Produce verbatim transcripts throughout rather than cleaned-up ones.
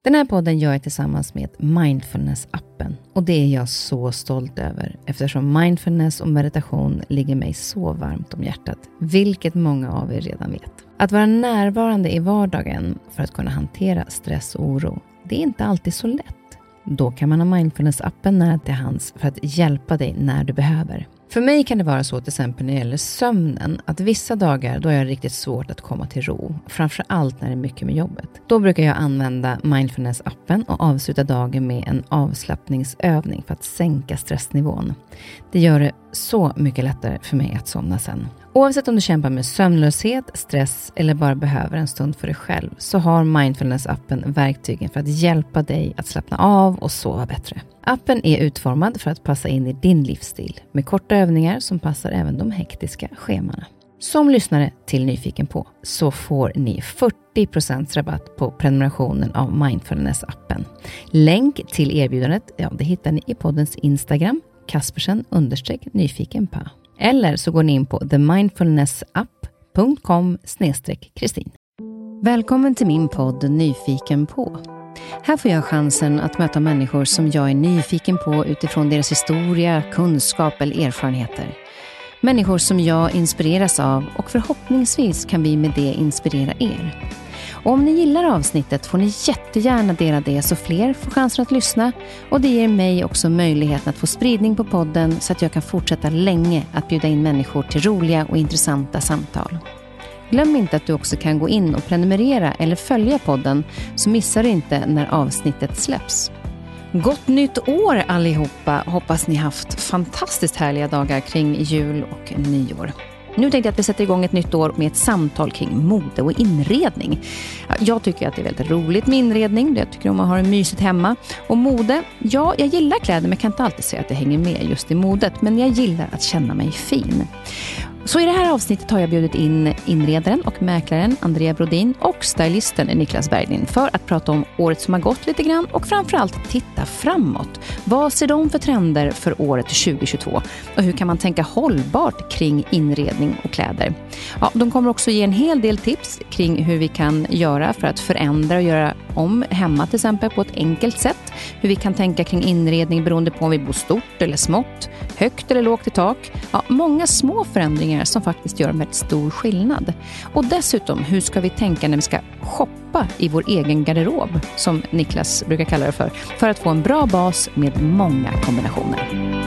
Den här podden gör jag tillsammans med Mindfulness-appen. Och det är jag så stolt över eftersom mindfulness och meditation ligger mig så varmt om hjärtat. Vilket många av er redan vet. Att vara närvarande i vardagen för att kunna hantera stress och oro, det är inte alltid så lätt. Då kan man ha Mindfulness-appen nära till hands för att hjälpa dig när du behöver. För mig kan det vara så till exempel när det gäller sömnen att vissa dagar då är jag riktigt svårt att komma till ro. Framförallt när det är mycket med jobbet. Då brukar jag använda Mindfulness-appen och avsluta dagen med en avslappningsövning för att sänka stressnivån. Det gör det så mycket lättare för mig att somna sen. Oavsett om du kämpar med sömnlöshet, stress eller bara behöver en stund för dig själv så har Mindfulness-appen verktygen för att hjälpa dig att slappna av och sova bättre. Appen är utformad för att passa in i din livsstil med korta övningar som passar även de hektiska schemana. Som lyssnare till Nyfiken på så får ni fyrtio procent rabatt på prenumerationen av Mindfulness-appen. Länk till erbjudandet, ja, det hittar ni i poddens Instagram, Kaspersen understreck nyfiken på. Eller så går ni in på the mindfulness app punkt com slash kristin. Välkommen till min podd Nyfiken på. Här får jag chansen att möta människor som jag är nyfiken på utifrån deras historia, kunskap eller erfarenheter. Människor som jag inspireras av och förhoppningsvis kan vi med det inspirera er. Och om ni gillar avsnittet får ni jättegärna dela det så fler får chansen att lyssna. Och det ger mig också möjligheten att få spridning på podden så att jag kan fortsätta länge att bjuda in människor till roliga och intressanta samtal. Glöm inte att du också kan gå in och prenumerera eller följa podden så missar du inte när avsnittet släpps. Gott nytt år allihopa! Hoppas ni haft fantastiskt härliga dagar kring jul och nyår. Nu tänkte jag att vi sätter igång ett nytt år med ett samtal kring mode och inredning. Jag tycker att det är väldigt roligt med inredning. Jag tycker om att ha det mysigt hemma. Och mode, ja, jag gillar kläder men kan inte alltid säga att det hänger med just i modet. Men jag gillar att känna mig fin. Så i det här avsnittet har jag bjudit in inredaren och mäklaren Andrea Brodin och stylisten Niklas Berglin för att prata om året som har gått lite grann och framförallt titta framåt. Vad ser de för trender för året tjugo tjugotvå och hur kan man tänka hållbart kring inredning och kläder? Ja, de kommer också ge en hel del tips kring hur vi kan göra för att förändra och göra om hemma till exempel på ett enkelt sätt. Hur vi kan tänka kring inredning beroende på om vi bor stort eller smått, högt eller lågt i tak. Ja, många små förändringar som faktiskt gör en väldigt stor skillnad. Och dessutom, hur ska vi tänka när vi ska shoppa i vår egen garderob, som Niklas brukar kalla det för, för att få en bra bas med många kombinationer.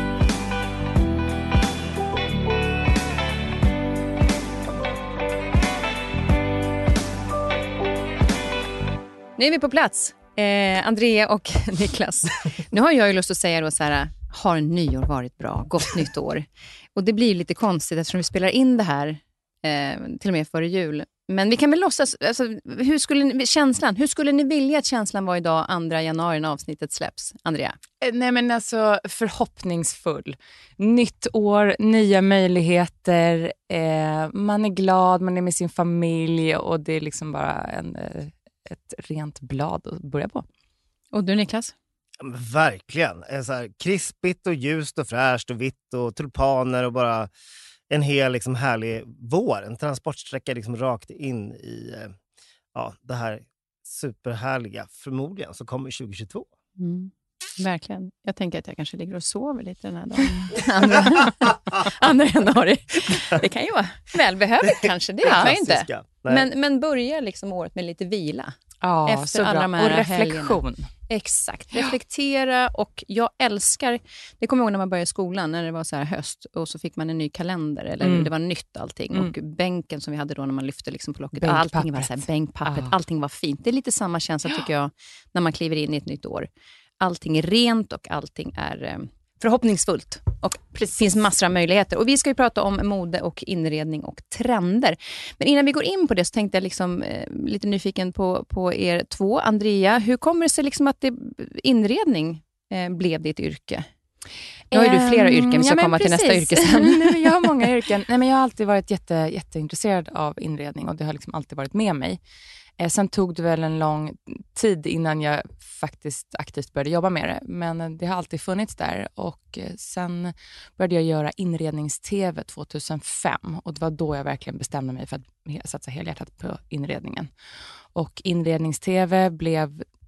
Nu är vi på plats, eh, Andrea och Niklas. Nu har jag ju lust att säga då så här, har nyår varit bra, gott nytt år. Och det blir lite konstigt eftersom vi spelar in det här eh, till och med före jul. Men vi kan väl låtsas, alltså, hur skulle ni, känslan, hur skulle ni vilja att känslan var idag andra januari när avsnittet släpps, Andrea? Nej men alltså förhoppningsfull. Nytt år, nya möjligheter, eh, man är glad, man är med sin familj och det är liksom bara en, ett rent blad att börja på. Och du Niklas? Ja, men verkligen. Så här, krispigt och ljust och fräscht och vitt och tulpaner och bara en hel liksom, härlig vår. En transportsträcka liksom, rakt in i ja, det här superhärliga förmodligen som kommer tjugo tjugotvå. Mm. Verkligen. Jag tänker att jag kanske ligger och sover lite den här dagen. Andra, andra januari. Det kan ju vara välbehövligt kanske, det vet man ju inte. Men, men börjar liksom året med lite vila. Ja, efter alla de här och reflektion. Helgerna. Exakt, reflektera och jag älskar, det kommer jag ihåg när man började i skolan när det var så här höst och så fick man en ny kalender eller mm. det var nytt allting mm. och bänken som vi hade då när man lyfte liksom på locket, allting var så här bänkpappret, ah. allting var fint. Det är lite samma känsla tycker jag när man kliver in i ett nytt år. Allting är rent och allting är förhoppningsfullt och det finns massor av möjligheter. Och vi ska ju prata om mode och inredning och trender. Men innan vi går in på det så tänkte jag liksom eh, lite nyfiken på, på er två. Andrea, hur kommer det sig liksom att det, inredning eh, blev ditt yrke? Nu har ju du flera yrken, vi ska ja, komma precis. till nästa yrke sen. Nej, jag har många yrken. Nej, men jag har alltid varit jätte, jätteintresserad av inredning och det har liksom alltid varit med mig. Eh, sen tog det väl en lång tid innan jag faktiskt aktivt började jobba med det. Men det har alltid funnits där. Och eh, sen började jag göra inrednings-tv tjugohundrafem. Och det var då jag verkligen bestämde mig för att satsa helhjärtat på inredningen. Och inrednings-tv blev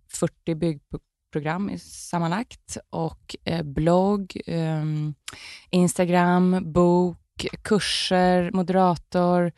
fyrtio byggprogram i sammanlagt. Och eh, blogg, eh, Instagram, bok, kurser, moderator,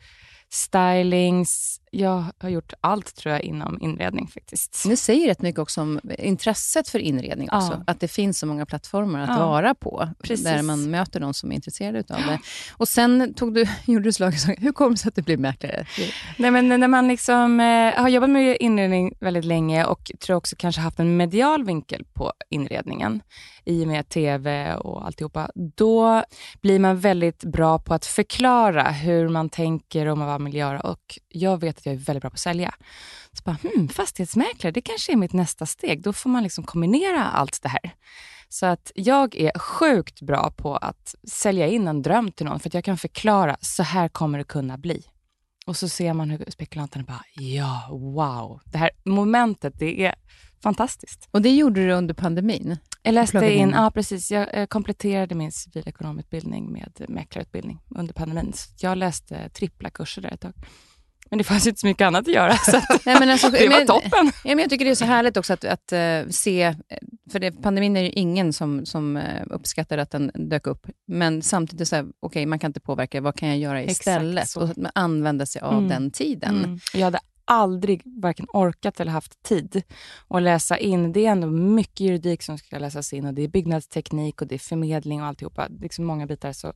stylings. Jag har gjort allt tror jag inom inredning faktiskt. Ni säger rätt mycket också om intresset för inredning också. Ja. Att det finns så många plattformar att Ja. vara på. Precis. Där man möter någon som är intresserad utav det. Och sen tog du, gjorde du slag. Hur kom det sig att du blev mäklare? Nej, men när man liksom eh, har jobbat med inredning väldigt länge och tror också kanske haft en medial vinkel på inredningen i och med tv och alltihopa, då blir man väldigt bra på att förklara hur man tänker och vad man vill göra. Och jag vet att jag är väldigt bra på att sälja. Så bara, hmm, fastighetsmäklare, det kanske är mitt nästa steg. Då får man liksom kombinera allt det här. Så att jag är sjukt bra på att sälja in en dröm till någon. För att jag kan förklara, så här kommer det kunna bli. Och så ser man hur spekulanterna bara, ja, wow. Det här momentet, det är fantastiskt. Och det gjorde du under pandemin? Jag läste Pluggade in, in. ja precis, jag eh, kompletterade min civilekonomutbildning med mäklarutbildning under pandemin. Så jag läste trippla kurser där ett tag. Men det fanns inte så mycket annat att göra, så att Nej, men alltså, det var men, toppen. Ja, men jag tycker det är så härligt också att, att uh, se, för det, pandemin är ju ingen som, som uh, uppskattar att den dök upp. Men samtidigt så här, okej, okay, man kan inte påverka, vad kan jag göra istället? Exakt så. Och att man använder sig av Mm. den tiden. Mm. Jag hade aldrig varken orkat eller haft tid att läsa in. Det är ändå mycket juridik som ska läsas in och det är byggnadsteknik och det är förmedling och alltihopa. Det är liksom många bitar så...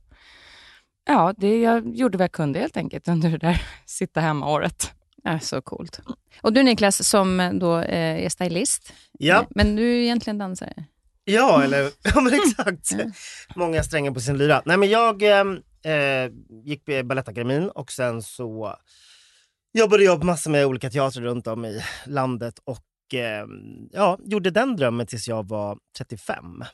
Ja, det, jag gjorde vad jag kunde helt enkelt under det där sitta hemma-året. Ja, så coolt. Och du Niklas som då eh, är stylist. Ja. Men du är egentligen dansare. Ja, eller ja, men exakt. Ja. Många strängar på sin lyra. Nej, men jag eh, gick på Balettakademin och sen så jobbade jag på massor med olika teatrar runt om i landet och eh, ja, gjorde den drömmen tills jag var trettiofem.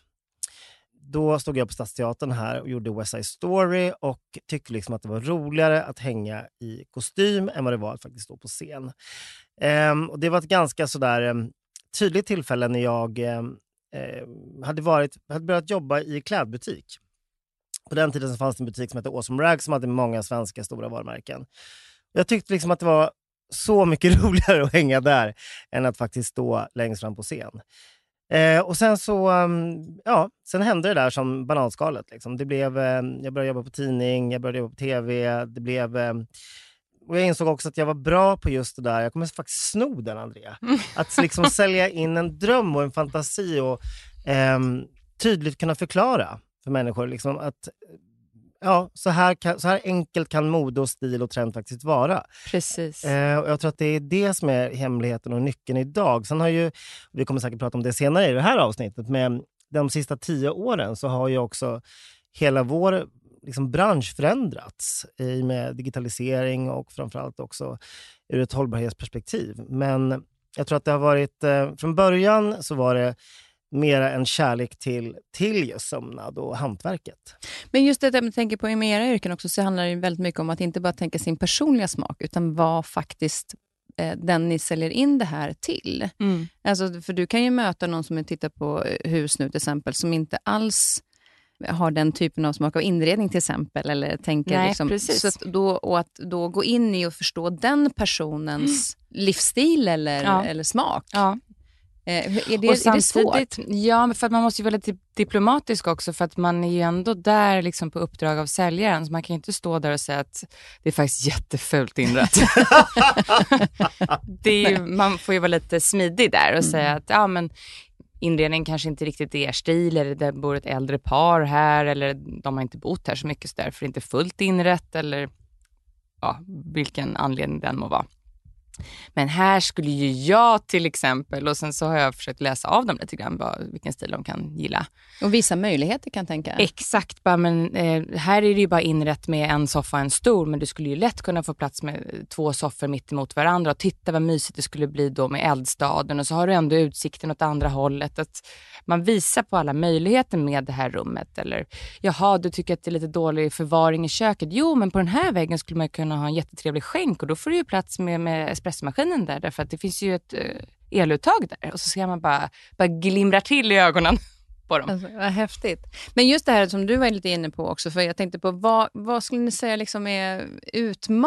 Då stod jag på Stadsteatern här och gjorde West Side Story och tyckte liksom att det var roligare att hänga i kostym än vad det var att faktiskt stå på scen. Ehm, och det var ett ganska sådär eh, tydligt tillfälle när jag eh, hade, varit, hade börjat jobba i klädbutik. På den tiden så fanns det en butik som hette Awesome Rag som hade många svenska stora varumärken. Jag tyckte liksom att det var så mycket roligare att hänga där än att faktiskt stå längst fram på scen. Eh, och sen så, um, ja, sen hände det där som bananskalet. Liksom. Det blev, eh, jag började jobba på tidning, jag började jobba på tv. Det blev, eh, och jag insåg också att jag var bra på just det där. Jag kommer faktiskt sno den, Andrea. Att liksom sälja in en dröm och en fantasi och eh, tydligt kunna förklara för människor liksom att ja, så här, kan, så här enkelt kan mode och stil och trend faktiskt vara. Precis. Eh, och jag tror att det är det som är hemligheten och nyckeln idag. Sen har ju, vi kommer säkert prata om det senare i det här avsnittet, men de sista tio åren så har ju också hela vår liksom, bransch förändrats i med digitalisering och framförallt också ur ett hållbarhetsperspektiv. Men jag tror att det har varit, eh, från början så var det mera en kärlek till, till just sömnad och hantverket. Men just det jag tänker på i era yrken också så handlar det väldigt mycket om att inte bara tänka sin personliga smak utan vad faktiskt eh, den ni säljer in det här till. Mm. Alltså, för du kan ju möta någon som tittar på hus nu till exempel som inte alls har den typen av smak av inredning till exempel eller tänker Nej, liksom, precis. så att då, och att då gå in i och förstå den personens mm. livsstil eller, ja. eller smak. Ja. Eh, är, det, och är det svårt? Ja, för att man måste ju vara lite diplomatisk också för att man är ju ändå där liksom på uppdrag av säljaren så man kan ju inte stå där och säga att det är faktiskt jättefult inrett. det är ju, man får ju vara lite smidig där och mm. säga att ja, men inredning kanske inte riktigt är er stil eller det bor ett äldre par här eller de har inte bott här så mycket så därför är det inte fullt inrätt eller ja, vilken anledning den må vara. Men här skulle ju jag till exempel, och sen så har jag försökt läsa av dem lite grann, vad, vilken stil de kan gilla. Och vissa möjligheter kan tänka. Exakt, bara, men eh, här är det ju bara inrätt med en soffa och en stol, men du skulle ju lätt kunna få plats med två soffor mitt emot varandra och titta vad mysigt det skulle bli då med eldstaden och så har du ändå utsikten åt andra hållet. Att man visar på alla möjligheter med det här rummet. Eller, jaha, du tycker att det är lite dålig förvaring i köket. Jo, men på den här väggen skulle man kunna ha en jättetrevlig skänk och då får du ju plats med, med espressomaskinen där, därför att det finns ju ett uh, eluttag där. Och så ser man bara, bara glimrar till i ögonen på dem. Alltså, vad häftigt. Men just det här som du var lite inne på också, för jag tänkte på, vad, vad skulle ni säga liksom är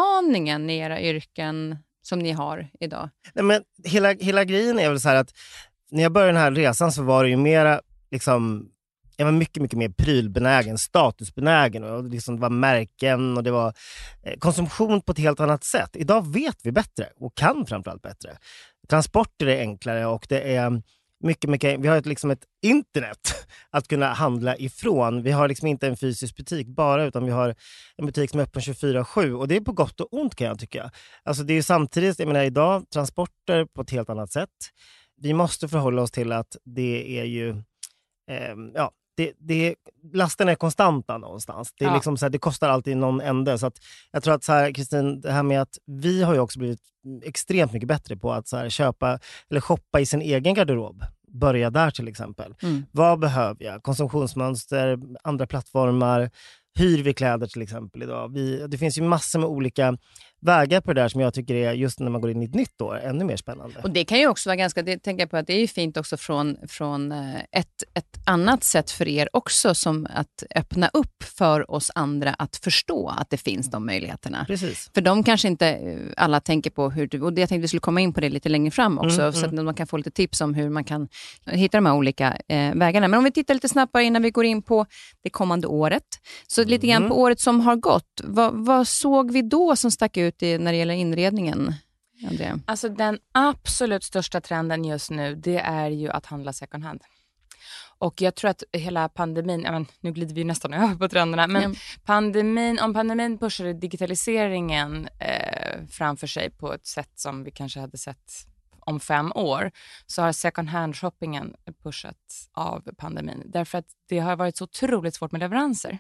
utmaningen i era yrken som ni har idag? Nej, men hela, hela grejen är väl så här att när jag började den här resan så var det ju mera liksom, jag var mycket, mycket mer prylbenägen, statusbenägen och liksom det var märken och det var eh, konsumtion på ett helt annat sätt. Idag vet vi bättre och kan framförallt bättre. Transporter är enklare och det är mycket, mycket, vi har ett, liksom ett internet att kunna handla ifrån. Vi har liksom inte en fysisk butik bara, utan vi har en butik som är öppen tjugofyra sju och det är på gott och ont kan jag tycka. Alltså det är ju samtidigt, jag menar idag, transporter på ett helt annat sätt. Vi måste förhålla oss till att det är ju eh, ja, det, det, lasten är konstanta någonstans. Det, är ja. liksom så här, det kostar alltid någon ände. Så att jag tror att så här, Kristin, det här med att vi har ju också blivit extremt mycket bättre på att så här, köpa eller shoppa i sin egen garderob. Börja där till exempel. Mm. Vad behöver jag? Konsumtionsmönster, andra plattformar. Hyr vi kläder till exempel idag? Vi, det finns ju massor med olika vägar på det där som jag tycker är just när man går in i ett nytt år ännu mer spännande. Och det kan ju också vara ganska, det tänker jag på att det är ju fint också från, från ett, ett annat sätt för er också, som att öppna upp för oss andra att förstå att det finns de möjligheterna. Precis. För de kanske inte alla tänker på hur, och det jag tänkte vi skulle komma in på det lite längre fram också, mm, så att mm. man kan få lite tips om hur man kan hitta de här olika eh, vägarna. Men om vi tittar lite snabbare innan vi går in på det kommande året, så mm. lite grann på året som har gått, vad, vad såg vi då som stack ut i, när det gäller inredningen, Andrea? Alltså den absolut största trenden just nu, det är ju att handla second hand. Och jag tror att hela pandemin, ja, men, nu glider vi nästan över på trenderna, men mm. pandemin, om pandemin pushade digitaliseringen eh, framför sig på ett sätt som vi kanske hade sett om fem år, så har second hand shoppingen pushat av pandemin. Därför att det har varit så otroligt svårt med leveranser.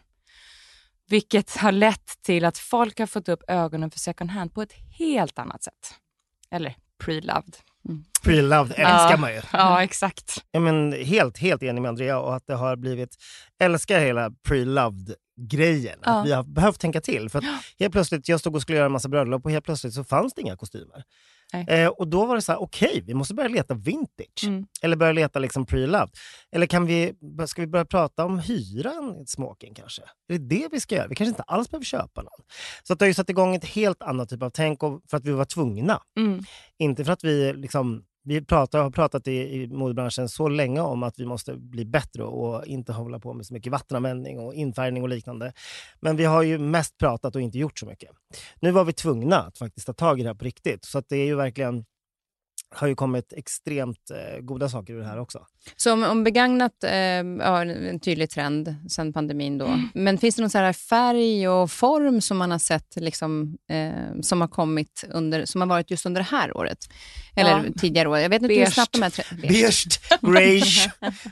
Vilket har lett till att folk har fått upp ögonen för second hand på ett helt annat sätt. Eller pre-loved. Mm. Pre-loved älskar ja, man ju. Ja, exakt. Ja, men helt, helt enig med Andrea, och att det har blivit, älskar hela pre-loved grejen. Ja. Att vi har behövt tänka till. För att helt plötsligt, jag stod och skulle göra en massa bröllop och helt plötsligt så fanns det inga kostymer. Eh, och då var det så här, okej, okay, vi måste börja leta vintage. Mm. Eller börja leta liksom pre-loved. Eller kan vi, ska vi börja prata om hyran i smoking kanske? Är det det vi ska göra? Vi kanske inte alls behöver köpa någon. Så att det har ju satt igång ett helt annat typ av tänk, och för att vi var tvungna. Mm. Inte för att vi liksom, vi pratar, har pratat i, i modebranschen så länge om att vi måste bli bättre och inte hålla på med så mycket vattenanvändning och infärgning och liknande. Men vi har ju mest pratat och inte gjort så mycket. Nu var vi tvungna att faktiskt ta tag i det här på riktigt. Så att det är ju verkligen, har ju kommit extremt eh, goda saker ur det här också. Så om, om begagnat, eh, ja, en tydlig trend sedan pandemin då. Mm. Men finns det någon så här färg och form som man har sett liksom, eh, som har kommit under, som har varit just under det här året? Eller ja. tidigare år? Jag vet inte hur snabbt de här tre... Beige, greige.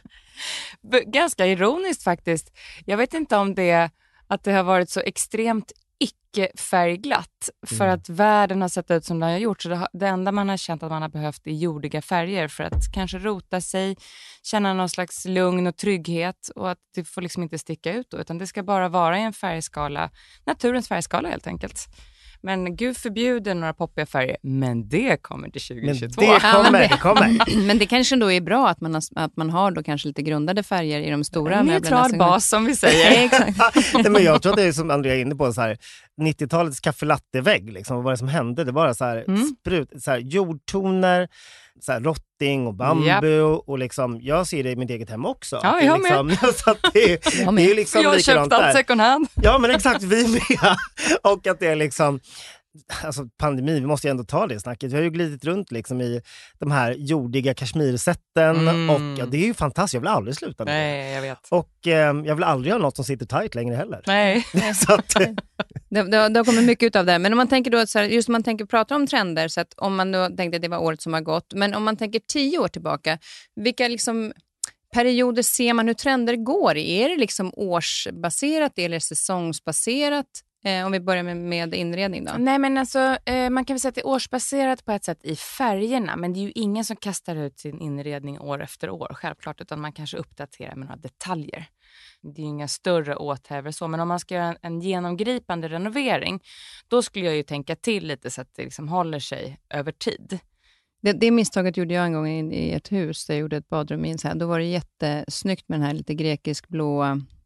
Ganska ironiskt faktiskt. Jag vet inte om det att det har varit så extremt icke-färgglatt för mm. att världen har sett ut som den har gjort. Så det, det enda man har känt att man har behövt är jordiga färger för att kanske rota sig, känna någon slags lugn och trygghet, och att det får liksom inte sticka ut då, utan det ska bara vara i en färgskala, naturens färgskala helt enkelt. Men gud förbjuder några poppiga färger. Men det kommer till tjugo tjugotvå. Men det kommer, det kommer. Men det kanske då är bra att man har, att man har då kanske lite grundade färger i de stora möblerna. Neutral bas som vi säger. Nej, men jag tror att det är som Andrea är inne på, så här, nittiotalets kaffelattevägg. Liksom, vad var det som hände? Det var bara så här, mm. sprut, så här, jordtoner, så här, rotting och bambu. Yep. Och liksom, jag ser det i mitt eget hem också. Ja, jag liksom, med. Så att det, jag det är liksom jag har köpt allt second hand. Ja, men exakt, vi med. Och att det är liksom, alltså pandemi, vi måste ju ändå ta det snacket. Vi har ju glidit runt liksom i de här jordiga kashmirsätten mm. och ja, det är ju fantastiskt. Jag vill aldrig sluta med det. Nej, jag vet. Och eh, jag vill aldrig ha något som sitter tight längre heller. Nej. Så att, det, det, det har kommit mycket ut av det. Men om man tänker då, så här, just om man tänker prata om trender, så att om man då tänkte att det var året som har gått, men om man tänker tio år tillbaka, vilka liksom perioder ser man hur trender går? Är det liksom årsbaserat eller säsongsbaserat? Eh, om vi börjar med, med inredning då. Nej, men alltså, eh, man kan väl säga att det är årsbaserat på ett sätt i färgerna. Men det är ju ingen som kastar ut sin inredning år efter år, självklart. Utan man kanske uppdaterar med några detaljer. Det är ju inga större åthävor så. Men om man ska göra en, en genomgripande renovering, då skulle jag ju tänka till lite så att det liksom håller sig över tid. Det, det misstaget gjorde jag en gång i, i ett hus där jag gjorde ett badrum in så här. Då var det jättesnyggt med den här lite grekisk blåa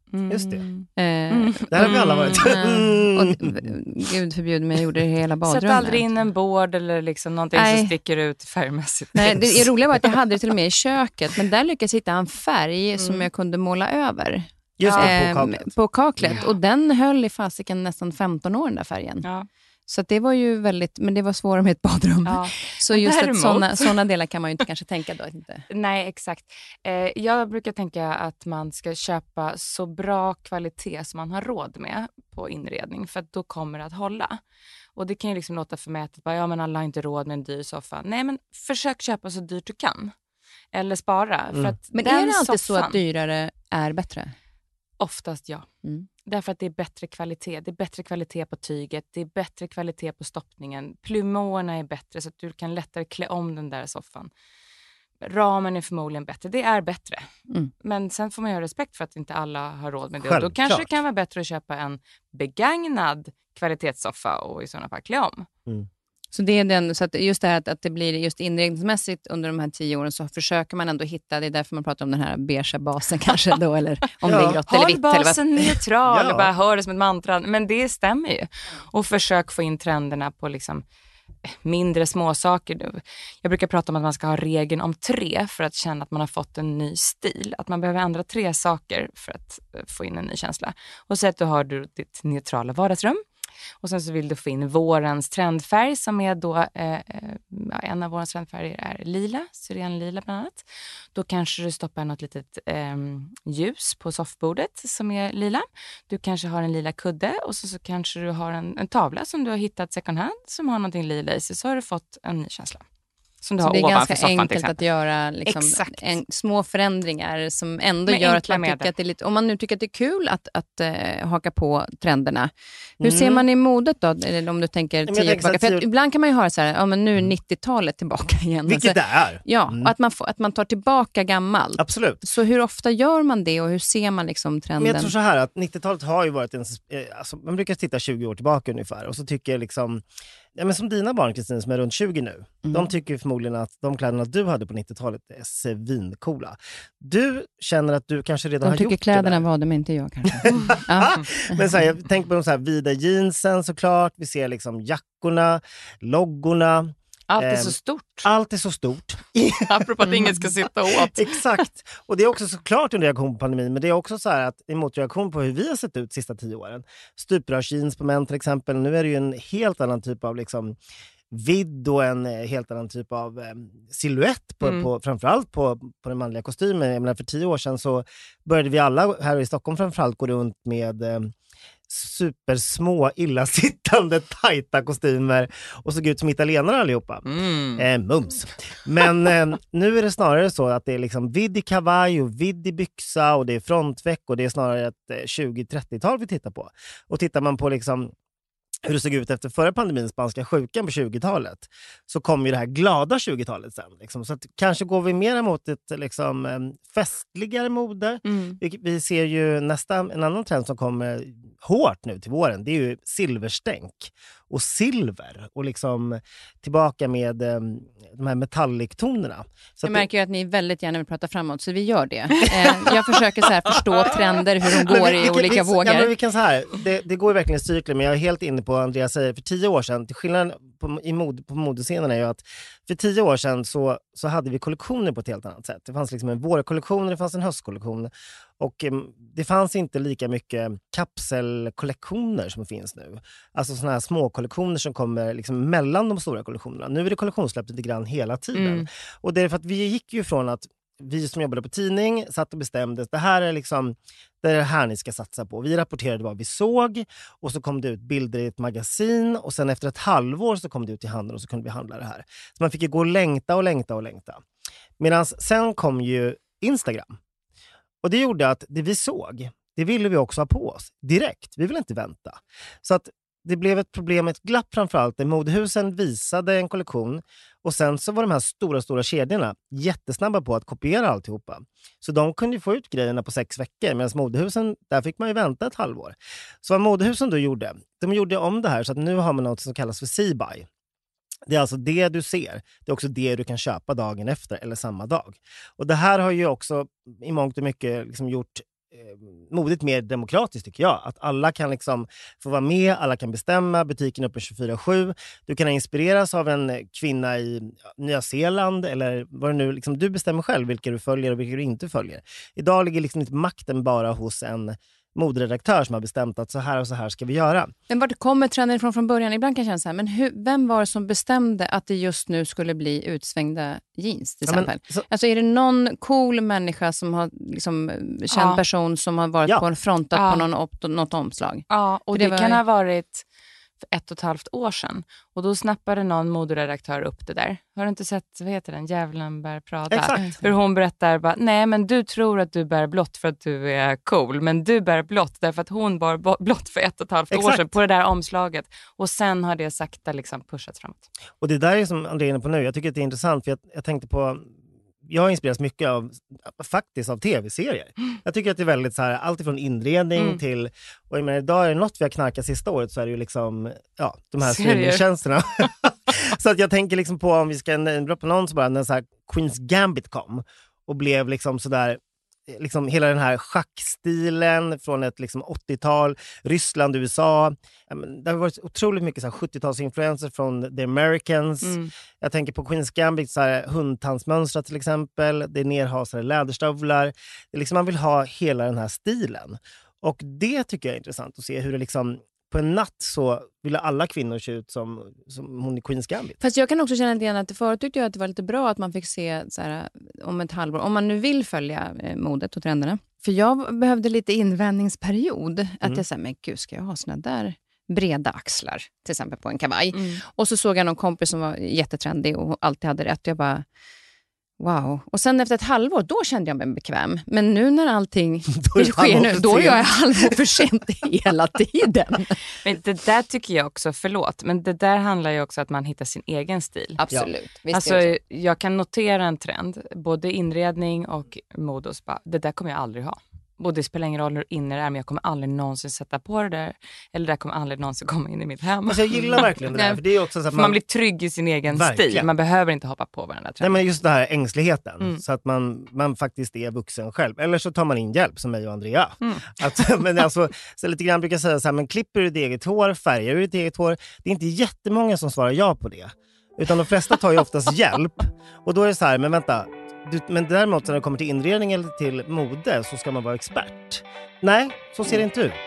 Mm. Just det. Eh, Där har vi alla varit. Mm. Och gud förbjud mig, jag gjorde det i hela badrummet. Sätt aldrig in en board eller liksom någonting Nej. som sticker ut färgmässigt. Nej, det är roliga var att jag hade det till och med i köket, men där lyckades jag hitta en färg mm. som jag kunde måla över. Just det, på eh, kaklet. På kaklet. Ja. Och den höll i fasiken nästan femton år, den där färgen. Ja. Så att det var ju väldigt, men det var svårare med ett badrum. Ja. Så just Däremot... att sådana, sådana delar kan man ju inte kanske tänka då. Inte. Nej, exakt. Eh, jag brukar tänka att man ska köpa så bra kvalitet som man har råd med på inredning. För att då kommer det att hålla. Och det kan ju liksom låta förmätet. Bara, ja, men alla har inte råd med en dyr soffa. Nej, men försök köpa så dyrt du kan. Eller spara. Mm. För att Men den är det alltid soffan, så att dyrare är bättre? Oftast ja. Mm. Därför att det är bättre kvalitet. Det är bättre kvalitet på tyget. Det är bättre kvalitet på stoppningen. Plumåerna är bättre så att du kan lättare klä om den där soffan. Ramen är förmodligen bättre. Det är bättre. Mm. Men sen får man ju ha respekt för att inte alla har råd med det. Självklart. Och då kanske det kan vara bättre att köpa en begagnad kvalitetssoffa och i sådana fall klä om. Mm. Så det är den, så att just det här att, att det blir just inredningsmässigt under de här tio åren så försöker man ändå hitta, det är därför man pratar om den här beigea basen kanske då, eller om Ja. det är grått eller Håll vitt. Eller basen neutral Ja. och bara hör det som ett mantra. Men det stämmer ju. Och försök få in trenderna på liksom mindre småsaker. Jag brukar prata om att man ska ha regeln om tre för att känna att man har fått en ny stil. Att man behöver ändra tre saker för att få in en ny känsla. Och så att du har ditt neutrala vardagsrum. Och sen så vill du få in vårens trendfärg som är då, eh, en av vårens trendfärger är lila, syrenlila bland annat. Då kanske du stoppar något litet eh, ljus på soffbordet som är lila. Du kanske har en lila kudde och så, så kanske du har en, en tavla som du har hittat second hand som har någonting lila i sig, så har du fått en ny känsla. Som du så har det är ovanför ganska soffan, enkelt att göra liksom, en, små förändringar som ändå Med gör att man medel. tycker att det är lite, om man nu tycker att det är kul att, att uh, haka på trenderna. Hur Mm. ser man i modet då? Eller om du tänker Men jag tio år tänker så tillbaka. att För tio- att ibland kan man ju höra så här, ja men nu är nittiotalet tillbaka igen. Vilket Alltså, det är. ja, Mm. och att man, får, att man tar tillbaka gammalt. Absolut. Så hur ofta gör man det och hur ser man liksom trenden? Men jag tror så här att nittiotalet har ju varit en... Eh, alltså, man brukar titta tjugo år tillbaka ungefär. Och så tycker jag liksom... Ja, men som dina barn, Kristin, som är runt tjugo nu. Mm. De tycker ju förmodligen att de kläderna du hade på nittiotalet är svincoola. Du känner att du kanske redan De har tycker gjort kläderna det där. var det, men inte jag kanske. Ja. Men så här, jag tänker på de så här vida jeansen såklart. Vi ser liksom jackorna, loggorna. Allt är Ehm, så stort. Allt är så stort. Apropå att ingen ska sitta åt. Exakt. Och det är också såklart en reaktion på pandemin, men det är också så här att en motreaktion på hur vi har sett ut de sista tio åren. Stuprörsjeans på män till exempel. Nu är det ju en helt annan typ av liksom vidd och en helt annan typ av eh, silhuett på, Mm. på, framförallt på, på den manliga kostymen. Jag menar, för tio år sedan så började vi alla här i Stockholm framförallt gå runt med eh, supersmå, illasittande, tajta kostymer och såg ut som italienare allihopa. Mm. Eh, mums. Men eh, nu är det snarare så att det är liksom vidd i kavaj och vidd i byxa och det är frontväck och det är snarare ett eh, tjugo-trettiotal vi tittar på. Och tittar man på liksom hur det såg ut efter förra pandemin, spanska sjukan på tjugotalet, så kom ju det här glada tjugotalet sen. Liksom. Så att kanske går vi mer mot ett liksom, eh, festligare mode. Mm. Vi, vi ser ju nästa, en annan trend som kommer hårt nu till våren, det är ju silverstänk och silver och liksom tillbaka med eh, de här metallic-tonerna. Så Jag att märker ju att ni väldigt gärna vill prata framåt, så vi gör det. Eh, jag försöker så här förstå trender, hur de Men går vi- i vi, olika vi, vågor. Ja, men vi kan så här, det, det går ju verkligen i cykler, men jag är helt inne på vad Andreas säger. För tio år sedan, till skillnad på, i mod, på modescenen är ju att för tio år sedan så, så hade vi kollektioner på ett helt annat sätt. Det fanns liksom en vårkollektion och det fanns en höstkollektion. Och eh, det fanns inte lika mycket kapselkollektioner som finns nu. Alltså såna här små kollektioner som kommer liksom mellan de stora kollektionerna. Nu är det kollektionssläpp lite grann hela tiden. Mm. Och det är för att vi gick ju från att vi som jobbade på tidning satt och bestämde det här är liksom det är det här ni ska satsa på. Vi rapporterade vad vi såg och så kom det ut bilder i ett magasin och sen efter ett halvår så kom det ut i handeln och så kunde vi handla det här. Så man fick ju gå och längta och längta och längta. Medan sen kom ju Instagram. Och det gjorde att det vi såg, det ville vi också ha på oss direkt. Vi ville inte vänta. Så att det blev ett problem, ett glapp framförallt, där modehusen visade en kollektion och sen så var de här stora, stora kedjorna jättesnabba på att kopiera alltihopa. Så de kunde ju få ut grejerna på sex veckor, medan modehusen, där fick man ju vänta ett halvår. Så vad modehusen då gjorde, de gjorde om det här så att nu har man något som kallas för see-buy. Det är alltså det du ser. Det är också det du kan köpa dagen efter eller samma dag. Och det här har ju också i mångt och mycket liksom gjort modet mer demokratiskt tycker jag. Att alla kan liksom få vara med, alla kan bestämma, butiken är öppen tjugofyra sju. Du kan inspireras av en kvinna i Nya Zeeland eller vad det nu, liksom, du bestämmer själv vilka du följer och vilka du inte följer. Idag ligger liksom inte makten bara hos en moderedaktör som har bestämt att så här och så här ska vi göra. Men vart kommer trenden ifrån från början? Ibland kan jag känna så här, men hur, vem var det som bestämde att det just nu skulle bli utsvängda jeans till exempel? Ja, men, så, alltså är det någon cool människa som har liksom känd ja. person som har varit ja. på en frontat ja. på någon op, något omslag? Ja, och det, det var... kan ha varit för ett och ett halvt år sedan. Och då snappade någon moderedaktör upp det där. Har du inte sett, vad heter den? Djävulen bär Prada. Exakt. Hur hon berättar bara, nej men du tror att du bär blått för att du är cool. Men du bär blått därför att hon bar blått för ett och ett halvt Exakt. år sedan på det där omslaget. Och sen har det sakta liksom pushats framåt. Och det där är som André är inne på nu. Jag tycker att det är intressant för jag, jag tänkte på... Jag har inspirerats mycket av, faktiskt av tv-serier. Mm. Jag tycker att det är väldigt så här, allt ifrån inredning mm. till, och jag menar, idag är det något vi har knarkat sista året så är det ju liksom, ja, de här streamingtjänsterna. Så att jag tänker liksom på, om vi ska dra på någon så bara, när så här Queen's Gambit kom och blev liksom sådär, liksom hela den här schackstilen från ett liksom åttiotal, Ryssland, U S A. Det har varit otroligt mycket så här sjuttiotalsinfluenser från The Americans. Mm. Jag tänker på Queen's Gambit, så här hundtandsmönstra till exempel. Det är nerhasade läderstövlar. Det är liksom, man vill ha hela den här stilen. Och det tycker jag är intressant att se hur det liksom... På en natt så ville alla kvinnor se ut som, som hon i Queen's Gambit. Fast jag kan också känna igen att förut tyckte jag att det var lite bra att man fick se så här, om ett halvår, om man nu vill följa eh, modet och trenderna. För jag behövde lite invändningsperiod. Mm. Att jag sa, men gud, ska jag ha såna där breda axlar till exempel på en kavaj? Mm. Och så såg jag någon kompis som var jättetrendig och alltid hade rätt. Och jag bara... Wow. Och sen efter ett halvår, då kände jag mig bekväm. Men nu när allting sker nu, då är jag halvår för sent hela tiden. Men det där tycker jag också, förlåt, men det där handlar ju också om att man hittar sin egen stil. Absolut. Ja. Alltså, jag kan notera en trend, både inredning och mode och spa. Det där kommer jag aldrig ha. Och det spelar ingen roll hur inne det är, men jag kommer aldrig någonsin sätta på det där. Eller det där kommer aldrig någonsin komma in i mitt hem. Alltså jag gillar verkligen det där. För det är också så att man... man blir trygg i sin egen verkligen. stil. Man behöver inte hoppa på varandra. Nej, men just det här ängsligheten. Mm. Så att man, man faktiskt är vuxen själv. Eller så tar man in hjälp som mig och Andrea. Mm. Att, men alltså, så lite grann brukar jag säga så här, men klipper du ditt eget hår, färgar du ditt eget hår? Det är inte jättemånga som svarar ja på det. Utan de flesta tar ju oftast hjälp. Och då är det så här, men vänta... Du, men däremot när det kommer till inredning eller till mode så ska man vara expert. Nej, så ser det inte ut.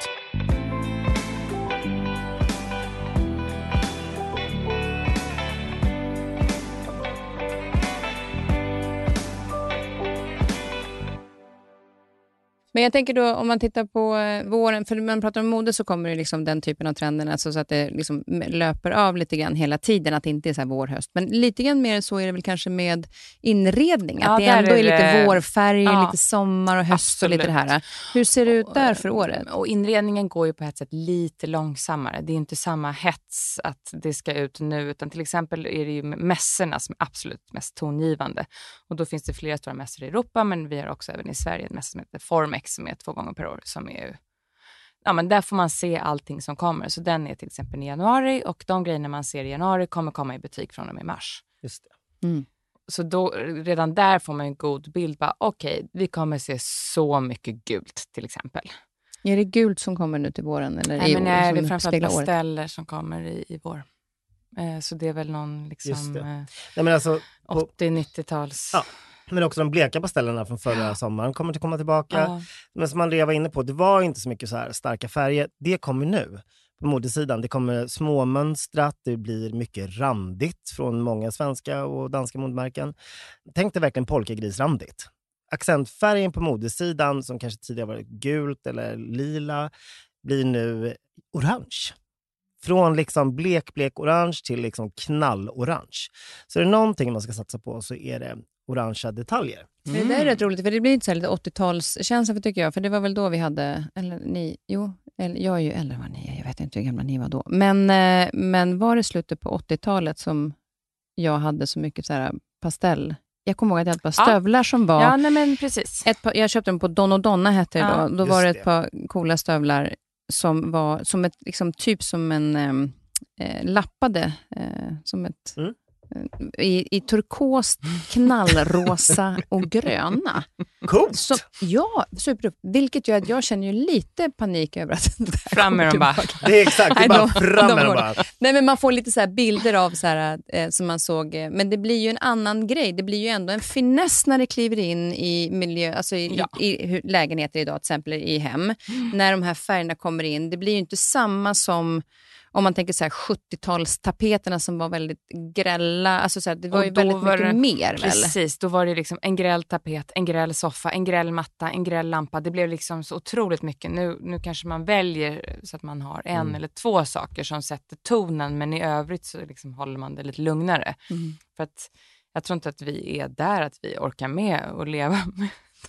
Men jag tänker då, om man tittar på våren, för när man pratar om mode så kommer det liksom den typen av trenden, alltså så att det liksom löper av lite grann hela tiden, att det inte är så här vår, höst. Men lite grann mer så är det väl kanske med inredning, ja, att det ändå är, är lite det... vårfärg, ja, lite sommar och höst absolut. Och lite det här. Hur ser det ut där för året? Och inredningen går ju på ett sätt lite långsammare. Det är inte samma hets att det ska ut nu, utan till exempel är det ju mässorna som är absolut mest tongivande. Och då finns det flera stora mässor i Europa, men vi har också även i Sverige en mässa som heter Formex, som är två gånger per år, som är, ja, men där får man se allting som kommer. Så den är till exempel i januari, och de grejerna man ser i januari kommer komma i butik från och med mars. Just det. Mm. Så då, redan där får man en god bild. Okej, okay, vi kommer se så mycket gult till exempel. Är det gult som kommer nu till våren? Eller Nej, i men år, är det framförallt pasteller som kommer i, i vår. Eh, så det är väl någon liksom eh, Nej, men alltså, åttio-nittio-tals... Ja. Men också de bleka pastellerna från förra ja. sommaren kommer att komma tillbaka. Ja. Men som Andrea var inne på, det var inte så mycket så här starka färger. Det kommer nu på modesidan. Det kommer småmönstrat, det blir mycket randigt från många svenska och danska modemärken. Tänk dig verkligen polkagrisrandigt. Accentfärgen på modesidan, som kanske tidigare var gult eller lila, blir nu orange. Från liksom blek, blek orange till liksom knallorange. Så är det någonting man ska satsa på så är det orangea detaljer. Mm. Det där är rätt roligt, för det blir inte så här lite åttiotalskänsla, för tycker jag. För det var väl då vi hade, eller ni, jo, eller, jag är ju äldre än vad ni är, jag vet inte hur gamla ni var då. Men, eh, men var det slutet på åttiotalet som jag hade så mycket så här pastell? Jag kommer ihåg att jag hade ett par stövlar ja. som var... Ja, nej men precis. Ett par, jag köpte dem på Don och Donna hette det ja, då. Då var det ett det. par coola stövlar som var som ett, liksom, typ som en eh, lappade, eh, som ett... Mm. I, i turkost, knallrosa och gröna. Coolt! Så, ja, super. Vilket gör att jag känner ju lite panik över att... Fram med dem bara. Det är exakt, det är bara fram med dem bara. Nej, men man får lite så här bilder av så här, eh, som man såg. Eh, men det blir ju en annan grej. Det blir ju ändå en finess när det kliver in i miljö, alltså i, ja. i, i hur lägenheter idag, till exempel i hem. Mm. När de här färgerna kommer in. Det blir ju inte samma som... Om man tänker så här sjuttiotalstapeterna som var väldigt grälla. Alltså så här, det var ju väldigt mycket det, mer. Precis, väl? Då var det liksom en gräll tapet, en gräll soffa, en gräll matta, en gräll lampa. Det blev liksom så otroligt mycket. Nu, nu kanske man väljer så att man har en mm. eller två saker som sätter tonen. Men i övrigt så liksom håller man det lite lugnare. Mm. För att jag tror inte att vi är där, att vi orkar med att leva med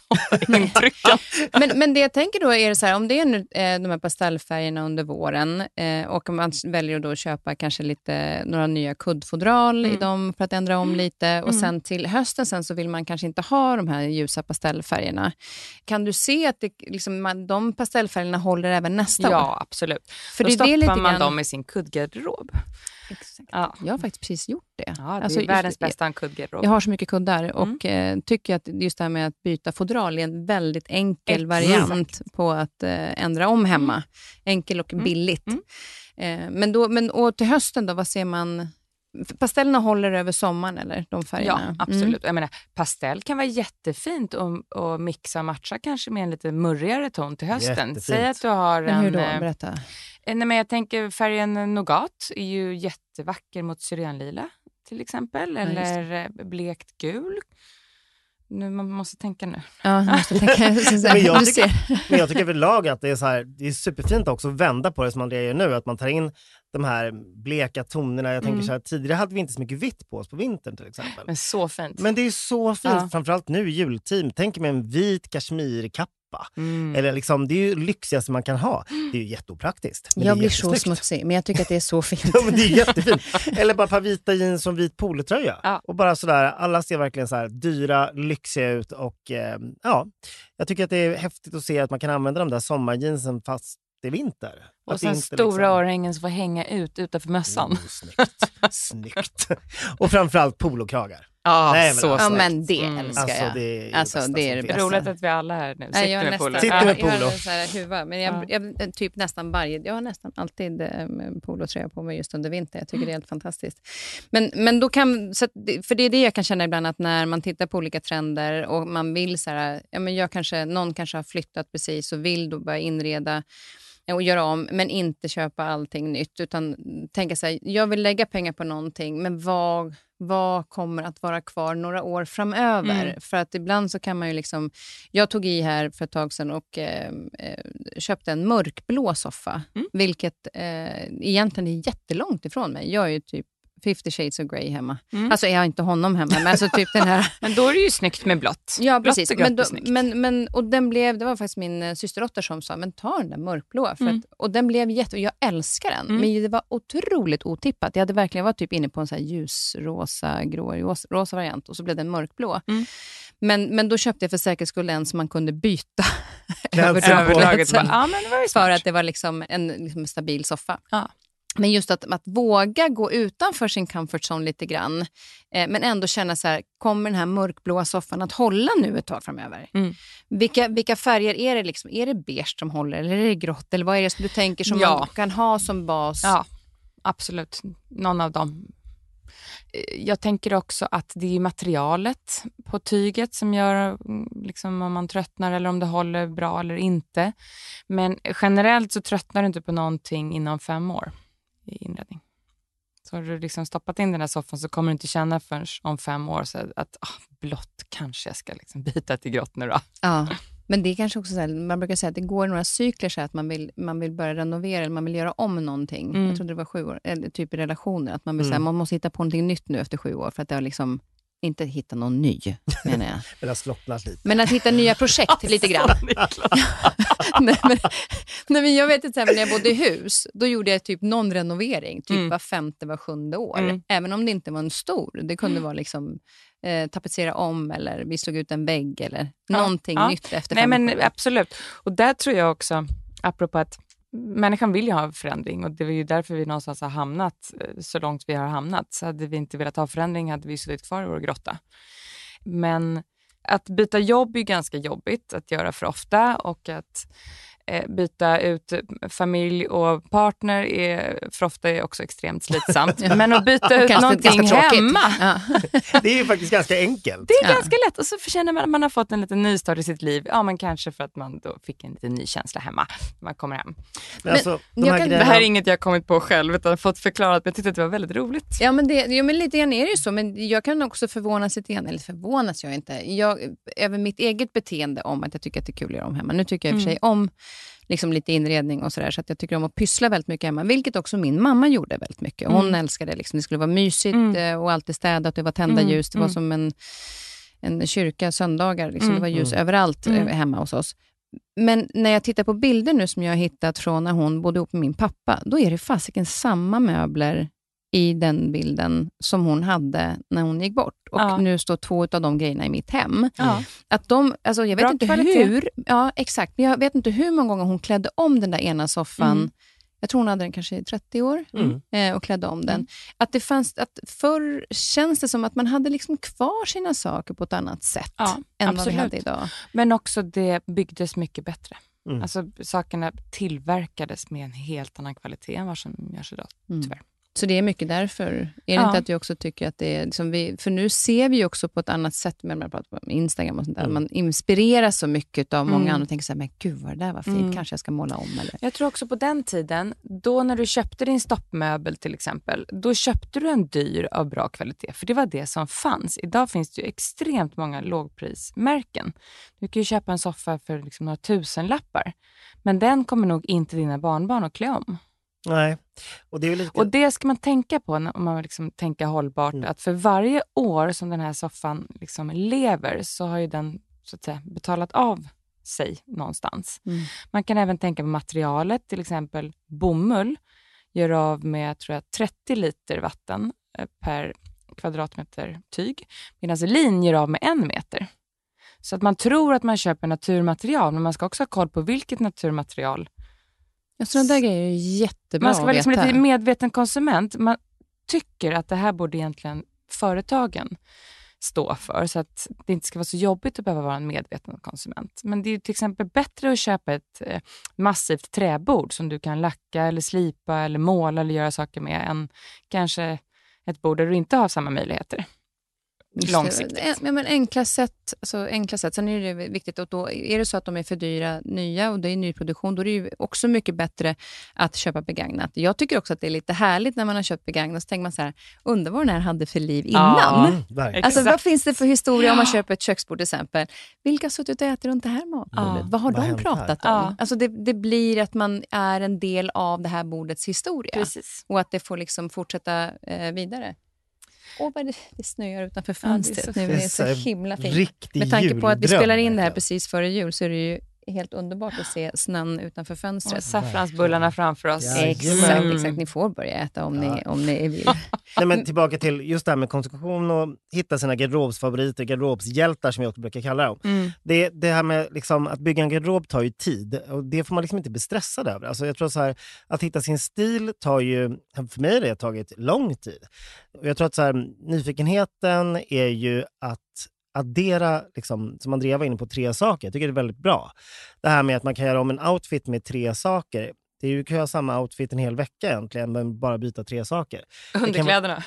men, men det jag tänker då är det så här, om det är nu, eh, de här pastellfärgerna under våren eh, och man väljer då att köpa kanske lite några nya kuddfodral mm. i dem för att ändra om lite och mm. sen till hösten sen så vill man kanske inte ha de här ljusa pastellfärgerna. Kan du se att det, liksom, man, de pastellfärgerna håller även nästa ja, år? Ja, absolut. För då det stoppar det lite man grann... dem i sin kuddgarderob. Exakt. Ja. Jag har faktiskt precis gjort det. Ja, det är alltså, världens bästa en kuddgarderob. Jag har så mycket kuddar och mm. eh, tycker att just det här med att byta fodral är en väldigt enkel Exakt. variant på att eh, ändra om hemma. Mm. Enkel och billigt. Mm. Eh, men då, men och till hösten då, vad ser man? Pastellerna håller över sommaren eller de färgerna? Ja, absolut. Mm. Jag menar, pastell kan vara jättefint och, och mixa och matcha kanske med en lite murrigare ton till hösten. Jättefint. Säg att du har men en... hur då? Berätta. Eh, nej, men jag tänker färgen nougat är ju jättevacker mot syrenlila till exempel. Ja, eller blekt gul. Nu, man måste tänka nu. Ja, man måste tänka. men, jag tycker, men jag tycker överlag att det är, så här, det är superfint också att vända på det som man gör nu. Att man tar in de här bleka tonerna. Jag tänker mm. så här, tidigare hade vi inte så mycket vitt på oss på vintern till exempel. Men så fint. Men det är så fint, ja. framförallt nu i jultid. Tänk med en vit kashmirkappa. Mm. Eller liksom, det är ju lyxigaste man kan ha. Det är ju jättopraktiskt. Jag blir så smutsig, men jag tycker att det är så fint. Ja, men det är jättefint. Eller bara ett par vita jeans som vit polotröja. Ja. Och bara sådär, alla ser verkligen så här dyra, lyxiga ut. Och eh, ja, jag tycker att det är häftigt att se att man kan använda de där sommarjeansen fast det är vinter. Och att sen inte stora liksom... örhängen som får hänga ut utanför mössan. Oh, snyggt, snyggt. Och framförallt polokragar. Ja, Nej, men så ja, snyggt. men det mm. älskar alltså, jag. det är alltså, det är det bästa. Roligt att vi alla här nu sitter Nej, jag med nästan, polo. Sitter med jag, polo. jag har så här huva, men jag, ja. jag, typ nästan varje, jag har nästan alltid eh, polotröja på mig just under vinter. Jag tycker mm. det är helt fantastiskt. Men, men då kan, så att, för det är det jag kan känna ibland att när man tittar på olika trender och man vill så här, ja men jag kanske, någon kanske har flyttat precis och vill då börja inreda och göra om, men inte köpa allting nytt utan tänka sig, jag vill lägga pengar på någonting, men vad, vad kommer att vara kvar några år framöver? Mm. För att ibland så kan man ju liksom, jag tog i här för ett tag sedan och eh, köpte en mörkblå soffa, mm. vilket eh, egentligen är jättelångt ifrån mig. Jag är ju typ fifty shades of grey hemma. Mm. Alltså jag har inte honom hemma, men alltså typ den här... Men då är det ju snyggt med blått. Ja, blått precis. Men, då, men, men, och den blev, det var faktiskt min systerdotter som sa, men ta den där mörkblå. För mm. att, och den blev jätte... Och jag älskar den, mm. men det var otroligt otippat. Jag hade verkligen varit typ inne på en så här ljusrosa, grå, rosa, rosa variant och så blev den mörkblå. Mm. Men, men då köpte jag för säkerhets skull en som man kunde byta överlaget. Ja, men det var ju smart. För att det var liksom en liksom stabil soffa. Ja. Men just att, att våga gå utanför sin comfort zone lite grann. Eh, men ändå känna så här, kommer den här mörkblåa soffan att hålla nu ett tag framöver? Mm. Vilka, vilka färger är det liksom? Är det beige som håller eller är det grått? Eller vad är det som du tänker som ja. man kan ha som bas? Ja, absolut. Någon av dem. Jag tänker också att det är materialet på tyget som gör liksom, om man tröttnar eller om det håller bra eller inte. Men generellt så tröttnar du inte på någonting inom fem år i inredning. Så har du liksom stoppat in den här soffan så kommer du inte känna förrän om fem år så att ah, blått kanske jag ska liksom byta till grått nu då. Ja, men det är kanske också så här, man brukar säga att det går några cykler så att man vill, man vill börja renovera eller man vill göra om någonting. Mm. Jag trodde det var sju år, eller typ i relationer. Att man vill mm. säga, man måste hitta på någonting nytt nu efter sju år för att det har liksom inte hitta någon ny, menar jag. Men att slocknat lite. Men att hitta nya projekt lite grann. nej, men, nej, men jag vet inte, när jag bodde i hus, då gjorde jag typ någon renovering, typ mm. var femte, var sjunde år. Mm. Även om det inte var en stor. Det kunde mm. vara liksom eh, tapetsera om eller vi såg ut en vägg eller ja. någonting ja. nytt efter Nej, fem men absolut. Och där tror jag också, apropå att människan vill ju ha förändring och det är ju därför vi någonstans har hamnat så långt vi har hamnat. Så hade vi inte velat ha förändring hade vi suttit kvar i vår grotta. Men att byta jobb är ganska jobbigt att göra för ofta och att eh, byta ut familj och partner är för ofta är också extremt slitsamt. Men att byta ut någonting hemma. Ja. Det är ju faktiskt ganska enkelt. Det är Ja. ganska lätt och så känner man att man har fått en liten nystart i sitt liv. Ja, men kanske för att man då fick en liten ny känsla hemma när man kommer hem. Men alltså, de jag här kan- grejerna- Det här är inget jag har kommit på själv utan fått förklarat, men jag tyckte att det var väldigt roligt. Ja, men, det, ja, men lite grann är det ju så. Men jag kan också förvånas lite grann, eller förvånas jag inte. Jag, över mitt eget beteende om att jag tycker att det är kul att göra om hemma. Nu tycker jag i och för sig om liksom, lite inredning och sådär. Så att jag tycker om att pyssla väldigt mycket hemma. Vilket också min mamma gjorde väldigt mycket. Hon Mm. älskade det. Liksom. Det skulle vara mysigt Mm. eh, och alltid städat. Det var tända Mm. ljus. Det var Mm. som en, en kyrka söndagar. Liksom. Mm. Det var ljus Mm. överallt eh, Mm. hemma hos oss. Men när jag tittar på bilder nu som jag har hittat från när hon bodde ihop med min pappa, då är det fasiken samma möbler i den bilden som hon hade när hon gick bort. Och Ja. nu står två av de grejerna i mitt hem. Ja. Att de, alltså jag vet Bra inte kvalitet. hur, ja exakt, men jag vet inte hur många gånger hon klädde om den där ena soffan. Mm. Jag tror hon hade den kanske i trettio år Mm. eh, och klädde om den. Mm. Att det fanns, att förr känns det som att man hade liksom kvar sina saker på ett annat sätt Ja, än vad vi absolut. hade idag. Men också det byggdes mycket bättre. Mm. Alltså sakerna tillverkades med en helt annan kvalitet än vad som görs idag, Mm. tyvärr. Så det är mycket därför. Är det Ja. inte att du också tycker att det är... Liksom vi, för nu ser vi ju också på ett annat sätt, när man pratar om Instagram och sånt där. Mm. Man inspireras så mycket av många Mm. andra och tänker så här, men gud vad det där var fint, Mm. kanske jag ska måla om. Eller? Jag tror också på den tiden, då när du köpte din stoppmöbel till exempel, då köpte du en dyr av bra kvalitet, för det var det som fanns. Idag finns det ju extremt många lågprismärken. Du kan ju köpa en soffa för liksom några tusen lappar, men den kommer nog inte dina barnbarn att klä om. Nej. Och det är ju lite... Och det ska man tänka på när- om man liksom tänker hållbart, Mm. att för varje år som den här soffan liksom lever så har ju den så att säga betalat av sig någonstans. Mm. Man kan även tänka på materialet, till exempel bomull gör av med tror jag, trettio liter vatten eh, per kvadratmeter tyg, medan lin gör av med en meter. Så att man tror att man köper naturmaterial, men man ska också ha koll på vilket naturmaterial. Ja, sådana där grejer är jättebra Man ska vara att liksom veta. lite medveten konsument. Man tycker att det här borde egentligen företagen stå för, så att det inte ska vara så jobbigt att behöva vara en medveten konsument. Men det är ju till exempel bättre att köpa ett eh, massivt träbord som du kan lacka eller slipa eller måla eller göra saker med, än kanske ett bord där du inte har samma möjligheter. Just Långsiktigt. det. Ja, men enkla sätt, alltså enkla sätt. Sen är det viktigt att då är det så att de är för dyra nya och det är nyproduktion, då är det ju också mycket bättre att köpa begagnat. Jag tycker också att det är lite härligt när man har köpt begagnat, så tänker man så här, undrar vad den här hade för liv innan. Ja. Mm, verkligen. Alltså Exakt. vad finns det för historia om man köper ett köksbord till exempel? Vilka har suttit och ätit runt det här matbordet? Ja. Vad har Vad har de hänt pratat här? om? Ja. Alltså det, det blir att man är en del av det här bordets historia. Precis. Och att det får liksom fortsätta eh, vidare. Åh, vad det, det snöar utanför Ja, det är fönstret så nu. fint. Det är så Det är så himla fint. Riktig Med tanke på att vi juldröm, spelar in det här verkligen. precis före jul så är det ju helt underbart att se snön utanför Och fönstret. saffransbullarna framför oss. Ja, Exakt, Mm. exakt. Ni får börja äta om, Ja. ni, om ni vill. Nej, men tillbaka till just det här med konsumtion och hitta sina garderobsfavoriter, garderobshjältar som jag också brukar kalla dem. Mm. Det, det här med liksom, att bygga en garderob tar ju tid och det får man liksom inte bli stressad över. Alltså, jag tror så här, att hitta sin stil tar ju, för mig har det tagit lång tid. Och jag tror att så här, nyfikenheten är ju att addera, liksom, som Andrea var inne på, tre saker. Jag tycker det är väldigt bra. Det här med att man kan göra om en outfit med tre saker. Det är ju, kan jag ha samma outfit en hel vecka egentligen, men bara byta tre saker. Underkläderna.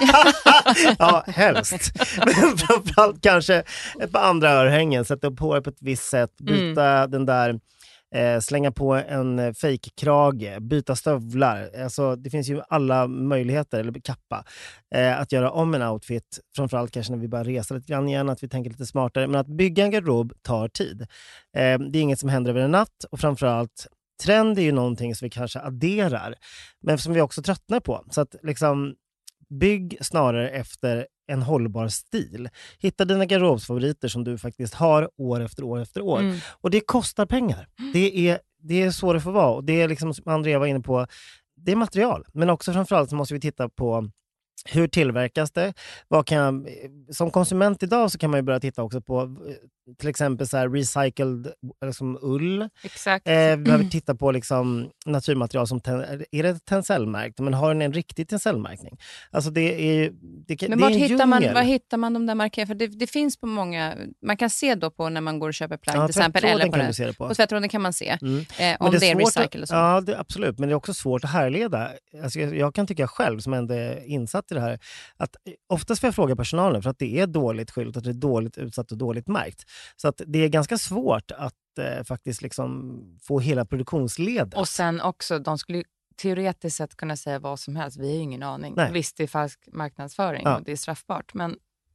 Ja, helst. Men framförallt kanske ett par andra örhängen, sätta på det på ett visst sätt, byta Mm. den där, eh, slänga på en eh, fake-krage, byta stövlar. Alltså, det finns ju alla möjligheter, eller kappa, eh, att göra om en outfit. Framförallt kanske när vi börjar resa lite grann igen, att vi tänker lite smartare. Men att bygga en garderob tar tid. Eh, det är inget som händer över en natt, och framförallt trend är ju någonting som vi kanske adderar, men som vi också tröttnar på. Så att liksom, bygg snarare efter en hållbar stil. Hitta dina garderobsfavoriter som du faktiskt har år efter år efter år. Mm. Och det kostar pengar. Det är, det är så det får vara. Och det är liksom, som Andrea var inne på, det är material. Men också framförallt så måste vi titta på hur tillverkas det? Vad kan jag, som konsument idag så kan man ju börja titta också på till exempel så här recycled liksom ull. Exakt. Eh, vi behöver titta på liksom naturmaterial som ten, är det tencellmärkt, men har den en riktig tencellmärkning? Alltså det är det, Men det vart är en hittar man, djungel. var hittar man de där markerna? För det, det finns på många, man kan se då på när man går och köper plagg Ja, till exempel. Eller på, kan det, du se det på. på tvättråden kan man se Mm. eh, om det det är, är recycle och så. Ja, det, absolut. Men det är också svårt att härleda. Alltså jag, jag kan tycka själv, som ändå är insatt i det här, att oftast får jag fråga personalen för att det är dåligt skyltat, att det är dåligt utsatt och dåligt märkt. Så att det är ganska svårt att eh, faktiskt liksom få hela produktionsledet. Och sen också, de skulle teoretiskt sett kunna säga vad som helst. Vi har ju ingen aning. Nej. Visst, det är falsk marknadsföring Ja. och det är straffbart. Men,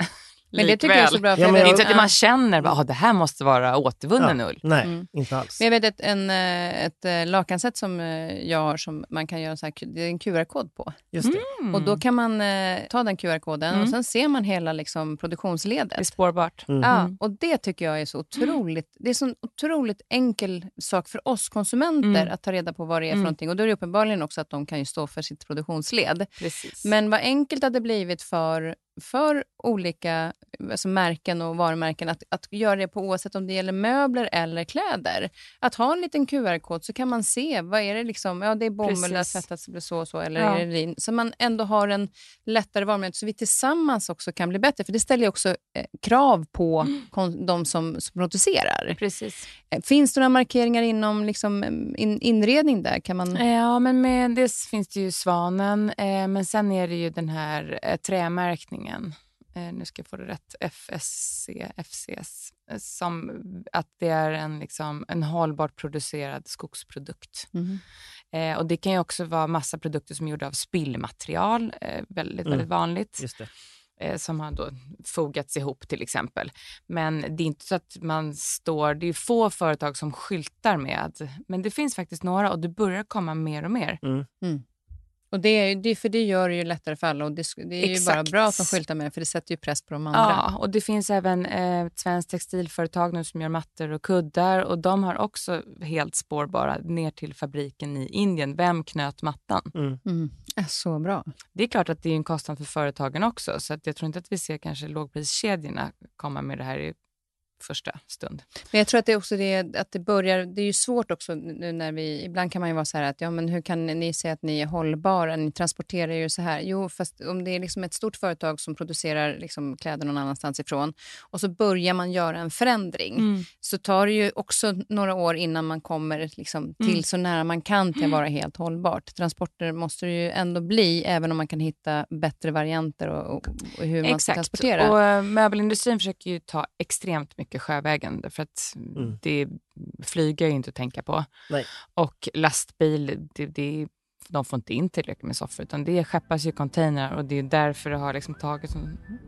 Men det tycker jag är så bra. För Ja, jag men vet, det är inte så att ja. man känner att ah, det här måste vara återvunnen Ja. ull. Nej, Mm. inte alls. Men jag vet ett, en, eh, ett eh, lakansätt som eh, jag har som man kan göra en, så här, det är en Q R-kod på. Just det. Mm. Och då kan man eh, ta den Q R-koden Mm. och sen ser man hela liksom, produktionsledet. Det är spårbart. Mm. Ja, och det tycker jag är så otroligt, det är så en otroligt enkel sak för oss konsumenter Mm. att ta reda på vad det är för Mm. någonting. Och då är det uppenbarligen också att de kan ju stå för sitt produktionsled. Precis. Men vad enkelt det hade blivit för, för olika alltså märken och varumärken att, att göra det på oavsett om det gäller möbler eller kläder. Att ha en liten Q R-kod så kan man se vad är det liksom, ja det är bomull, det har Precis. tvättats blir så och så eller Ja. är det lin. Så man ändå har en lättare varumärke så vi tillsammans också kan bli bättre. För det ställer ju också eh, krav på Mm. kon- de som, som producerar. Precis. Eh, Finns det några markeringar inom liksom, in, inredning där? Kan man... Ja, men med det finns det ju Svanen. Eh, men sen är det ju den här eh, trämärkningen. Eh, nu ska jag få det rätt. F S C, F C S. Eh, som att det är en, liksom, en hållbart producerad skogsprodukt. Mhm. Eh, och det kan ju också vara massa produkter som är gjorda av spillmaterial. Eh, väldigt, Mm. väldigt vanligt. Just det. Eh, som har då fogats ihop till exempel. Men det är inte så att man står, det är få företag som skyltar med, men det finns faktiskt några och det börjar komma mer och mer. Mm. Mm. Och det, är, det, för det gör det ju lättare för alla och det, det är ju Exakt. bara bra att de skyltar med det för det sätter ju press på de andra. Ja, och det finns även eh, ett svenskt textilföretag nu som gör mattor och kuddar och de har också helt spårbara ner till fabriken i Indien. Vem knöt mattan? Mm. Mm. Är så bra. Det är klart att det är en kostnad för företagen också så att jag tror inte att vi ser kanske lågpriskedjorna komma med det här i första stund. Men jag tror att det är också det att det börjar, det är ju svårt också nu när vi, ibland kan man ju vara så här att ja men hur kan ni säga att ni är hållbara, ni transporterar ju så här. Jo fast om det är liksom ett stort företag som producerar liksom kläder någon annanstans ifrån och så börjar man göra en förändring Mm. så tar det ju också några år innan man kommer liksom till Mm. så nära man kan till att vara helt hållbart. Transporter måste det ju ändå bli även om man kan hitta bättre varianter och, och, och hur man ska Exakt, transportera. och äh, möbelindustrin försöker ju ta extremt mycket sjövägen för att Mm. det flyger ju inte att tänka på. Nej. Och lastbil, det, det, de får inte in tillräckligt med soffor utan det skeppas ju container och det är därför det har liksom tagit så,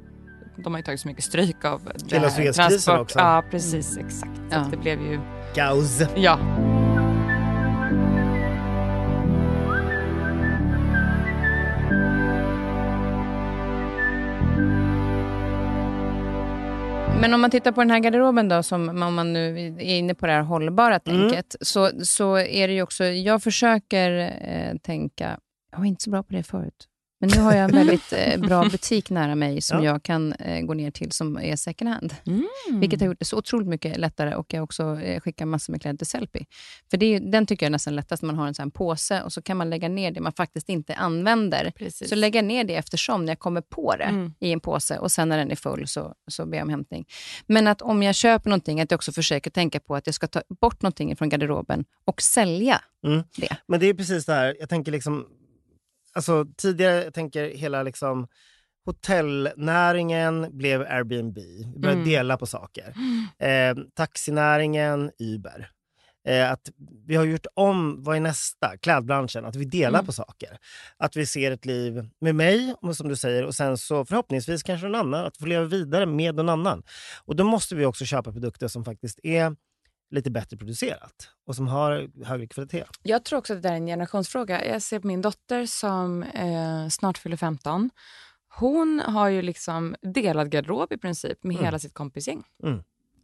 de har ju tagit så mycket stryk av det Hela här Suezkrisen transport. också. Ja, precis, exakt. Så Ja. att det blev ju, Kaos. ja. Men om man tittar på den här garderoben då, som om man nu är inne på det här hållbara tänket, så, så är det ju också, jag försöker eh, tänka, jag var inte så bra på det förut, men nu har jag en väldigt eh, bra butik nära mig som Ja. jag kan eh, gå ner till som är second hand. Mm. Vilket har gjort det så otroligt mycket lättare och jag också eh, skickar massor med kläder till Sellpy. För det är, ju- den tycker jag är nästan lättast när man har en sån här påse och så kan man lägga ner det man faktiskt inte använder. Precis. Så lägga ner det eftersom när jag kommer på det Mm. i en påse och sen när den är full så, så ber jag om hämtning. Men att om jag köper någonting att jag också försöker tänka på att jag ska ta bort någonting från garderoben och sälja Mm. det. Men det är precis det här, jag tänker liksom, alltså tidigare, jag tänker hela liksom hotellnäringen blev Airbnb. Vi började Mm. dela på saker. Eh, taxinäringen, Uber. Eh, att vi har gjort om, vad är nästa? Klädbranschen, att vi delar Mm. på saker. Att vi ser ett liv med mig, och som du säger, och sen så förhoppningsvis kanske någon annan, att få leva vidare med någon annan. Och då måste vi också köpa produkter som faktiskt är lite bättre producerat och som har högre kvalitet. Jag tror också att det där är en generationsfråga. Jag ser på min dotter som eh, snart fyller femton. Hon har ju liksom delad garderob i princip med Mm. hela sitt kompisgäng. Mm.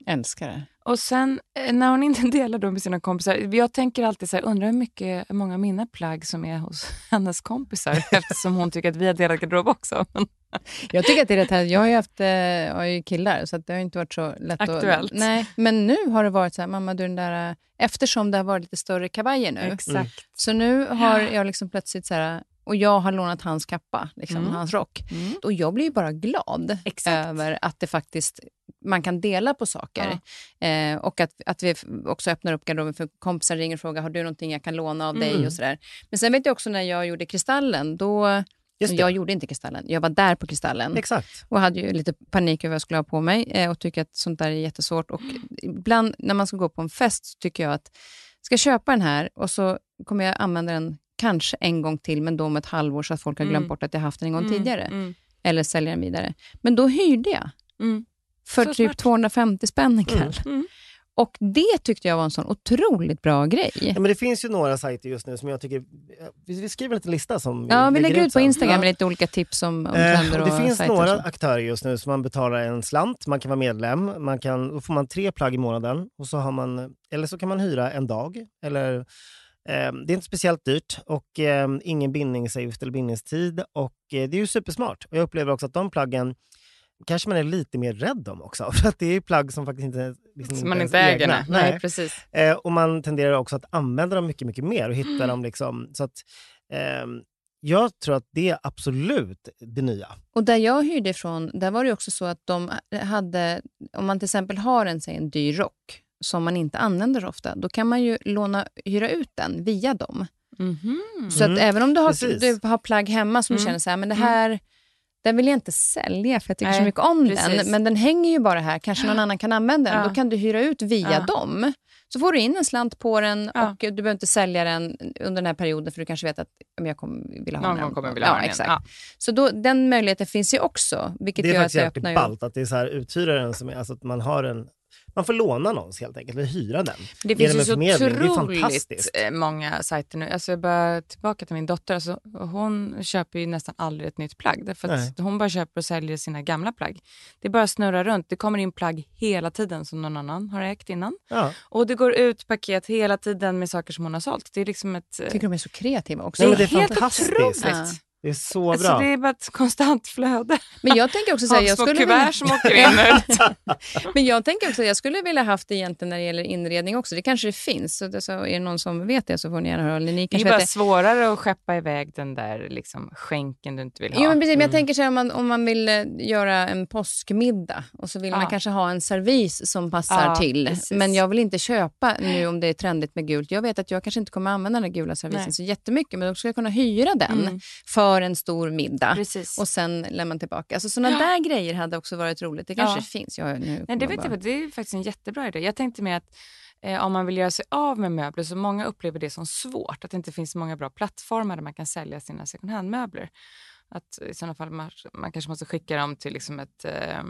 Älskar det. Och sen när hon inte delar då med sina kompisar, jag tänker alltid så här, undrar hur mycket, många av mina plagg som är hos hennes kompisar, eftersom hon tycker att vi har delat garderob också. Jag tycker att det är rätt här. Jag har ju haft jag har ju killar, så att det har inte varit så lätt aktuellt. Att, nej, men nu har det varit så här, mamma du den där, eftersom det har varit lite större kavajer nu. Exakt. Mm. Så nu har jag liksom plötsligt så här, och jag har lånat hans kappa, liksom, mm. hans rock. Mm. Och jag blir ju bara glad Exakt. Över att det faktiskt, man kan dela på saker. Ja. Eh, och att, att vi också öppnar upp garderoben för kompisar ringer och frågar, har du någonting jag kan låna av dig? Mm. Och sådär. Men sen vet jag också när jag gjorde Kristallen, då... Jag gjorde inte Kristallen. Jag var där på Kristallen. Exakt. Och hade ju lite panik över vad jag skulle ha på mig. Eh, och tycker att sånt där är jättesvårt. Och ibland när man ska gå på en fest så tycker jag att ska jag köpa den här och så kommer jag använda den kanske en gång till, men då om ett halvår så att folk har glömt mm. bort att jag haft den en gång mm. tidigare. Mm. Eller sälja den vidare. Men då hyrde jag. Mm. För så typ smart. tvåhundrafemtio spänn en kväll. Mm. Mm. Och det tyckte jag var en sån otroligt bra grej. Ja, men det finns ju några sajter just nu som jag tycker... Vi skriver en liten lista som... Ja, vi lägger ut på Instagram ja. Med lite olika tips om, om eh, trender och det finns sajter några aktörer just nu som man betalar en slant. Man kan vara medlem. Man kan, då får man tre plagg i månaden. Och så har man, eller så kan man hyra en dag. Eller, eh, det är inte speciellt dyrt. Och eh, ingen bindningsavgift eller bindningstid. Och eh, det är ju supersmart. Och jag upplever också att de plaggen kanske man är lite mer rädd om också. För att det är plagg som faktiskt inte liksom som man inte äger. Nej. Nej, precis. Eh, och man tenderar också att använda dem mycket, mycket mer och hitta mm. dem liksom. Så att eh, jag tror att det är absolut det nya. Och där jag hyrde ifrån, där var det också så att de hade, om man till exempel har en, säg, en dyr rock som man inte använder ofta, då kan man ju låna, hyra ut den via dem. Mm-hmm. Så att mm. även om du har, du har plagg hemma som mm. du känner så här, men det här mm. den vill jag inte sälja för jag tycker Nej, så mycket om precis. Den. Men den hänger ju bara här. Kanske någon annan kan använda den. Ja. Då kan du hyra ut via ja. Dem. Så får du in en slant på den ja. Och du behöver inte sälja den under den här perioden för du kanske vet att jag kommer vilja ha någon den. Någon kommer vilja ha ja, den. Exakt. Ja. Så då, den möjligheten finns ju också. Vilket det är gör faktiskt att jävligt ballt att det är så här uthyraren som är, alltså att man har en man får låna någons helt enkelt, eller hyra den. Det finns ju så otroligt många sajter nu. Alltså jag bara tillbaka till min dotter. Alltså, hon köper ju nästan aldrig ett nytt plagg. Därför att hon bara köper och säljer sina gamla plagg. Det är bara snurra runt. Det kommer in plagg hela tiden som någon annan har ägt innan. Ja. Och det går ut paket hela tiden med saker som hon har sålt. Det är liksom ett... Jag tycker de är så kreativa också. Nej, det är helt fantastiskt. Otroligt. Ja. Det är så bra. Alltså det är bara ett konstant flöde. Men jag tänker också säga jag skulle vilja... som åker in ut. Men jag tänker också jag skulle vilja haft det egentligen när det gäller inredning också. Det kanske det finns. Så, det, så är det någon som vet det så får ni gärna höra. Ni det är bara det. Svårare att skeppa iväg den där liksom, skänken du inte vill ha. Jo, men precis. Mm. Men jag tänker så här, om man, om man vill göra en påskmiddag och så vill ja. Man kanske ha en servis som passar ja, till. Precis. Men jag vill inte köpa nu om det är trendigt med gult. Jag vet att jag kanske inte kommer använda den gula servisen Nej. Så jättemycket. Men då ska jag kunna hyra den mm. för en stor middag. Precis. Och sen lämnar man tillbaka. Alltså sådana ja. Där grejer hade också varit roligt. Det kanske ja. Finns. Jag, nu Nej, det, vet bara... jag, det är faktiskt en jättebra idé. Jag tänkte med att eh, om man vill göra sig av med möbler så många upplever det som svårt. Att det inte finns många bra plattformar där man kan sälja sina second hand-möbler. Att i sådana fall man, man kanske måste skicka dem till liksom ett eh,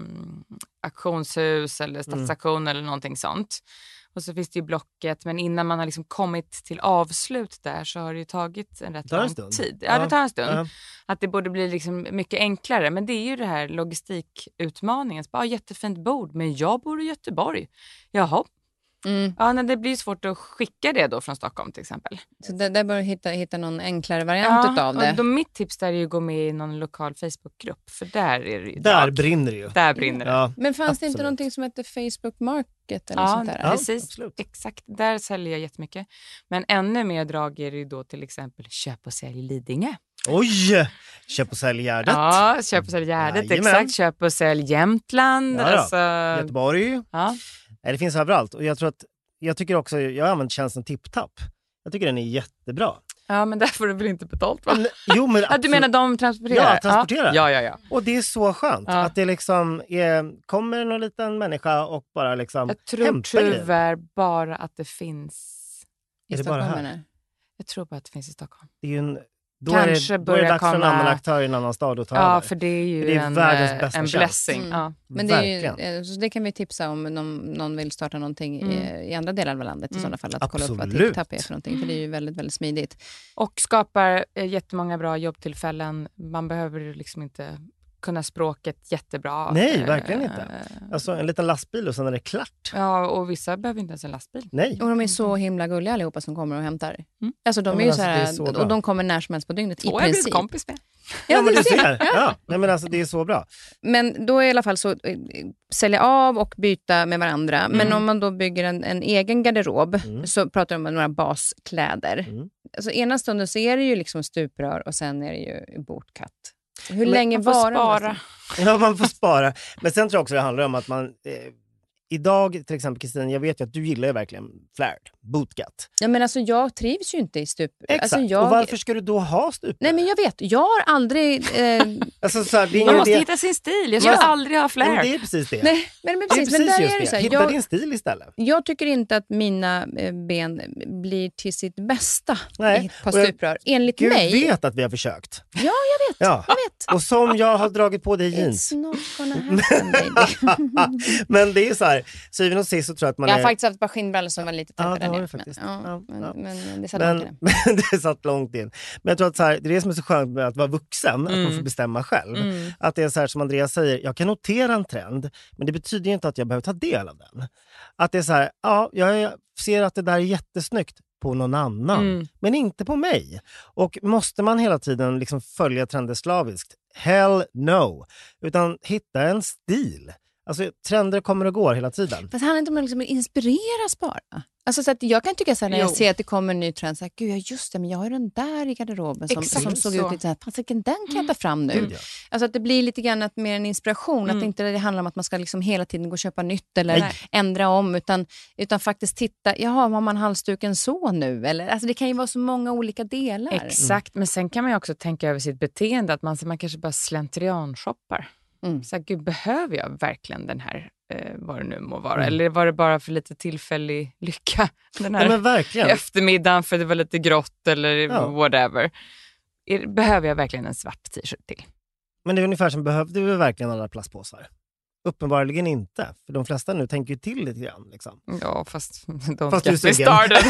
auktionshus eller stadsauktion mm. eller någonting sånt. Och så finns det ju Blocket, men innan man har liksom kommit till avslut där så har det ju tagit en rätt lång tid. Ja, ja, det tar en stund. Ja. Att det borde bli liksom mycket enklare. Men det är ju det här logistikutmaningen. Bara jättefint bord, men jag bor i Göteborg. Jaha. Mm. Ja, nej, det blir svårt att skicka det då från Stockholm till exempel. Så där, där bör du hitta, hitta någon enklare variant ja, av det. Och då mitt tips där är ju att gå med i någon lokal Facebookgrupp. För där är det ju Där dag. brinner det ju. Där brinner det. Ja, men fanns absolut. Det inte någonting som heter Facebook Market eller ja, sånt där? Ja, precis. Exakt. Där säljer jag jättemycket. Men ännu mer drag är det ju då till exempel köp och sälj Lidingö. Oj! Köp och sälj Gärdet. Ja, köp och sälj Gärdet. Ja, exakt. Köp och sälj Jämtland. Ja, alltså... Göteborg. Ja. Nej, det finns överallt. Och jag tror att Jag tycker också, jag har använt tjänsten TipTap. Jag tycker den är jättebra. Ja, men där får du väl inte betalt, va? Men, jo, men ja, du menar de transporterar? Ja, transporterar. Ja, ja, ja. Och det är så skönt ja. Att det liksom är, kommer någon liten människa och bara liksom jag tror hämtar tyvärr bara att det finns i Stockholm. Här? Jag tror bara att det finns i Stockholm. Det är ju en... Då Kanske är, det, då är det dags komma... för en annan aktör i en annan stad att ta Ja, över. för det är ju det är en, världens en blessing. Mm. Ja. Men det, är ju, så det kan vi tipsa om någon, någon vill starta någonting mm. i, i andra delar av landet i mm. sådana fall. Att Absolut. Kolla upp vad TipTap är för någonting. För det är ju väldigt, väldigt smidigt. Och skapar jättemånga bra jobbtillfällen. Man behöver liksom inte kunna språket jättebra. Nej, verkligen inte. Alltså en liten lastbil och sen är det klart. Ja, och vissa behöver inte ens en lastbil. Nej. Och de är så himla gulliga allihopa som kommer och hämtar. Mm. Alltså de Ja, är ju alltså, så här, det är så bra. och de kommer när som helst på dygnet. Två i har jag blivit princip. kompis med. Ja, Ja, men du du ser. ser. Ja. Nej, men alltså det är så bra. Men då är i alla fall så eh, sälja av och byta med varandra. Mm. Men om man då bygger en, en egen garderob Mm. så pratar de om några baskläder. Mm. Alltså ena stunden så är det ju liksom stuprör och sen är det ju bortkatt. Hur Men länge Man får varar spara. det? Ja, man får spara. Men sen tror jag också det handlar om att man... Eh, idag, till exempel Kristin, jag vet ju att du gillar ju verkligen flared, bootcut. Ja, men alltså jag trivs ju inte i stuprör. Exakt. Alltså jag... Och varför ska du då ha stuprör? Nej, men jag vet. Jag har aldrig... Eh... Alltså, så här, det är Man ingen måste idé- hitta sin stil. Jag skulle Ja. aldrig ha Ja, men flare. det är precis det. Nej, men, men det är precis. precis Men där just är det det. så här. Hitta Jag, din stil istället. jag tycker inte att mina eh, ben blir till sitt bästa Nej. i ett par Och jag- stuprör. Enligt Gud mig... vet att vi har försökt. Ja, jag vet. Ja. Jag vet. Och som jag har dragit på dig jeans. It's not gonna happen, baby. Men det är så här, syvende och sist så tror jag att man Jag har är... faktiskt haft ett par skinnbrallor som var lite Ja, tajtare det än har det. du faktiskt. Men, ja, Ja, men, ja. men det satt Men, långt inne. men det satt långt in. Men jag tror att så här, det är det som är så skönt med att vara vuxen, att man Mm. får bestämma själv. Mm. Att det är så här som Andreas säger, jag kan notera en trend, men det betyder ju inte att jag behöver ta del av den. Att det är så här, ja, jag ser att det där är jättesnyggt på någon annan, Mm. men inte på mig. Och måste man hela tiden liksom följa trender slaviskt? Hell no. Utan hitta en stil. Alltså trender kommer och går hela tiden. Fast det handlar inte om att liksom inspireras bara. Alltså, så att jag kan tycka så här, när jag Jo. ser att det kommer en ny trend, så här, gud, ja, just det, men jag har den där i garderoben som, Exakt som såg så. ut lite så här, fasiken, den kan jag ta fram nu. Gud, ja. Alltså att det blir lite grann att mer en inspiration, Mm. att det inte det handlar om att man ska liksom hela tiden gå och köpa nytt eller Nej. ändra om, utan, utan faktiskt titta, jaha, har man halsduken så nu? Eller, alltså det kan ju vara så många olika delar. Exakt, men sen kan man ju också tänka över sitt beteende. Att man, man kanske bara slentrian-shoppar. Mm. Så här, gud, behöver jag verkligen den här, eh, vad det nu må vara? Mm. Eller var det bara för lite tillfällig lycka? Den här Ja, men verkligen. eftermiddagen för det var lite grått eller Ja. whatever. Är, behöver jag verkligen en svart t-shirt till? Men det är ungefär som behövde vi verkligen alla plastpåsar. Uppenbarligen inte. För de flesta nu tänker ju till lite grann. Liksom. Ja, fast don't Fast du är get me sugen. started.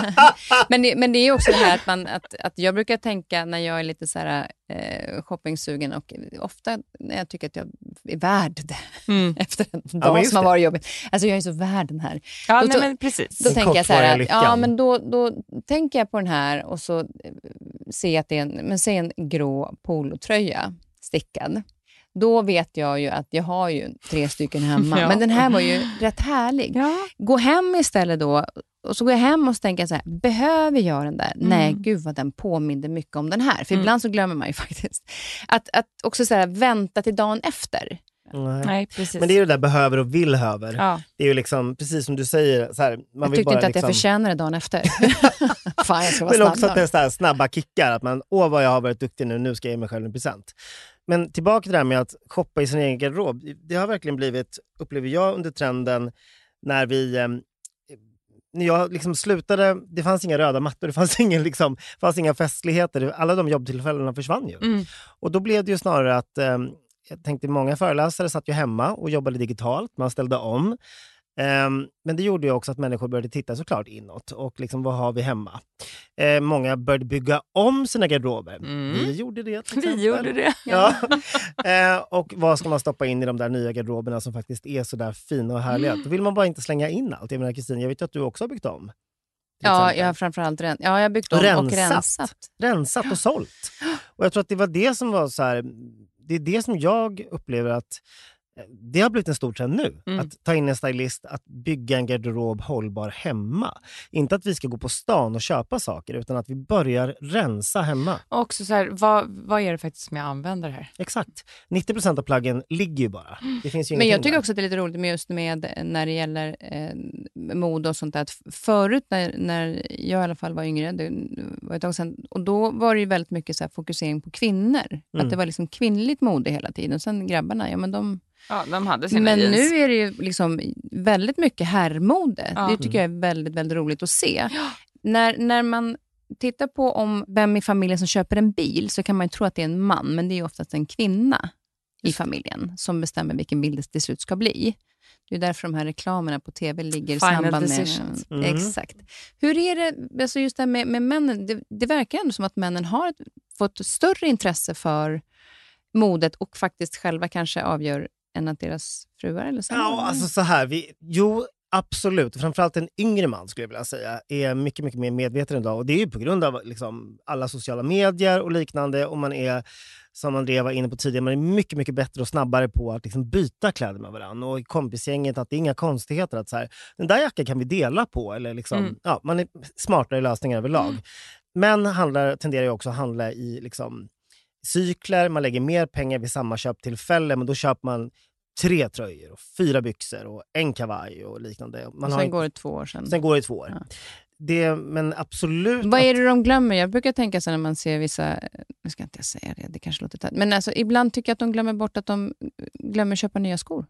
men, det, men det är också det här att, man, att, att jag brukar tänka när jag är lite så här, eh, shoppingsugen och ofta när jag tycker att jag är värd det Mm. efter en men dag just som har det. varit jobbig. Alltså jag är så värd den här. Ja, Då- nej, men precis. Då Den tänker jag så här, kortvariga att, lyckan. ja men då, då tänker jag på den här och så eh, ser jag att det är en, men säg en grå polotröja stickad. Då vet jag ju att jag har ju tre stycken hemma. Ja. Men den här var ju rätt härlig. Ja. Gå hem istället då. Och så går jag hem och så tänker jag så här, behöver jag den där? Mm. Nej, gud vad den påminner mycket om den här. För Mm. ibland så glömmer man ju faktiskt. Att, att också så här, vänta till dagen efter. Nej. Nej, precis. Men det är ju det där behöver och vill höver. Ja. Det är ju liksom, precis som du säger, så här, man Jag vill tyckte bara inte att liksom... jag förtjänade dagen efter. Fan, jag ska vara Men snabb också att det då. är så här snabba kickar, att man, åh vad jag har varit duktig nu, nu ska jag ge mig själv en present. Men tillbaka till det här med att shoppa i sin egen garderob. Det har verkligen blivit, upplever jag, under trenden när vi... Eh, när jag liksom slutade, det fanns inga röda mattor, det fanns, ingen, liksom, fanns inga festligheter, alla de jobbtillfällena försvann ju. Mm. Och då blev det ju snarare att, eh, jag tänkte många föreläsare satt ju hemma och jobbade digitalt, man ställde om. Um, men det gjorde ju också att människor började titta såklart inåt och liksom, vad har vi hemma? Uh, många började bygga om sina garderober. Mm. Vi gjorde det till exempel. Vi gjorde det. Ja. uh, och vad ska man stoppa in i de där nya garderoberna som faktiskt är så där fina och härliga? Mm. Då vill man bara inte slänga in allt. Jag menar Kristin, jag vet ju att du också har byggt om. till Ja, exempel. jag har framförallt ren- ja, jag har byggt om Och och rensat. rensat. Rensat och sålt. Och jag tror att det var det som var så här, det är det som jag upplever att det har blivit en stor trend nu. Mm. Att ta in en stylist, att bygga en garderob hållbar hemma. Inte att vi ska gå på stan och köpa saker, utan att vi börjar rensa hemma. Och också så här, vad, vad är det faktiskt som jag använder här? Exakt. nittio procent av plaggen ligger ju bara. Det finns ju Men jag ingenting tycker där. också att det är lite roligt med just med när det gäller eh, mode och sånt där. Att förut när, när jag i alla fall var yngre, det var ett tag sedan, och då var det ju väldigt mycket så här fokusering på kvinnor. Mm. Att det var liksom kvinnligt mode hela tiden. Och sen grabbarna, ja men de... Ja, de hade sina Men jeans. nu är det ju liksom väldigt mycket herrmode. Ja. Det tycker jag är väldigt, väldigt roligt att se. När, när man tittar på om vem i familjen som köper en bil så kan man ju tro att det är en man, men det är ju oftast en kvinna i familjen som bestämmer vilken bil det till slut ska bli. Det är därför de här reklamerna på tv ligger i Final samband med... decisions. Mm. Exakt. Hur är det, alltså just det här med, med männen, det, det verkar ändå som att männen har ett, fått större intresse för modet och faktiskt själva kanske avgör än att deras fruar eller så? Ja, alltså så här. Vi, jo, absolut. Framförallt en yngre man skulle jag vilja säga är mycket, mycket mer medveten idag. Och det är ju på grund av liksom, alla sociala medier och liknande. Och man är, som Andrea var inne på tidigare, man är mycket, mycket bättre och snabbare på att liksom, byta kläder med varandra. Och i kompisgänget att det är inga konstigheter att så här, den där jackan kan vi dela på. Eller liksom, mm. ja, man är smartare i lösningar överlag. Mm. Men handlar, tenderar ju också att handla i liksom, cykler. Man lägger mer pengar vid samma köptillfälle. Men då köper man tre tröjor och fyra byxor och en kavaj och liknande. Man och sen har går det två år sedan. Sen går det två år. Ja. Det, men absolut... Vad är det de glömmer? Jag brukar tänka så när man ser vissa... Nu ska inte jag säga det, det kanske låter tätt. Men alltså, ibland tycker jag att de glömmer bort att de glömmer köpa nya skor.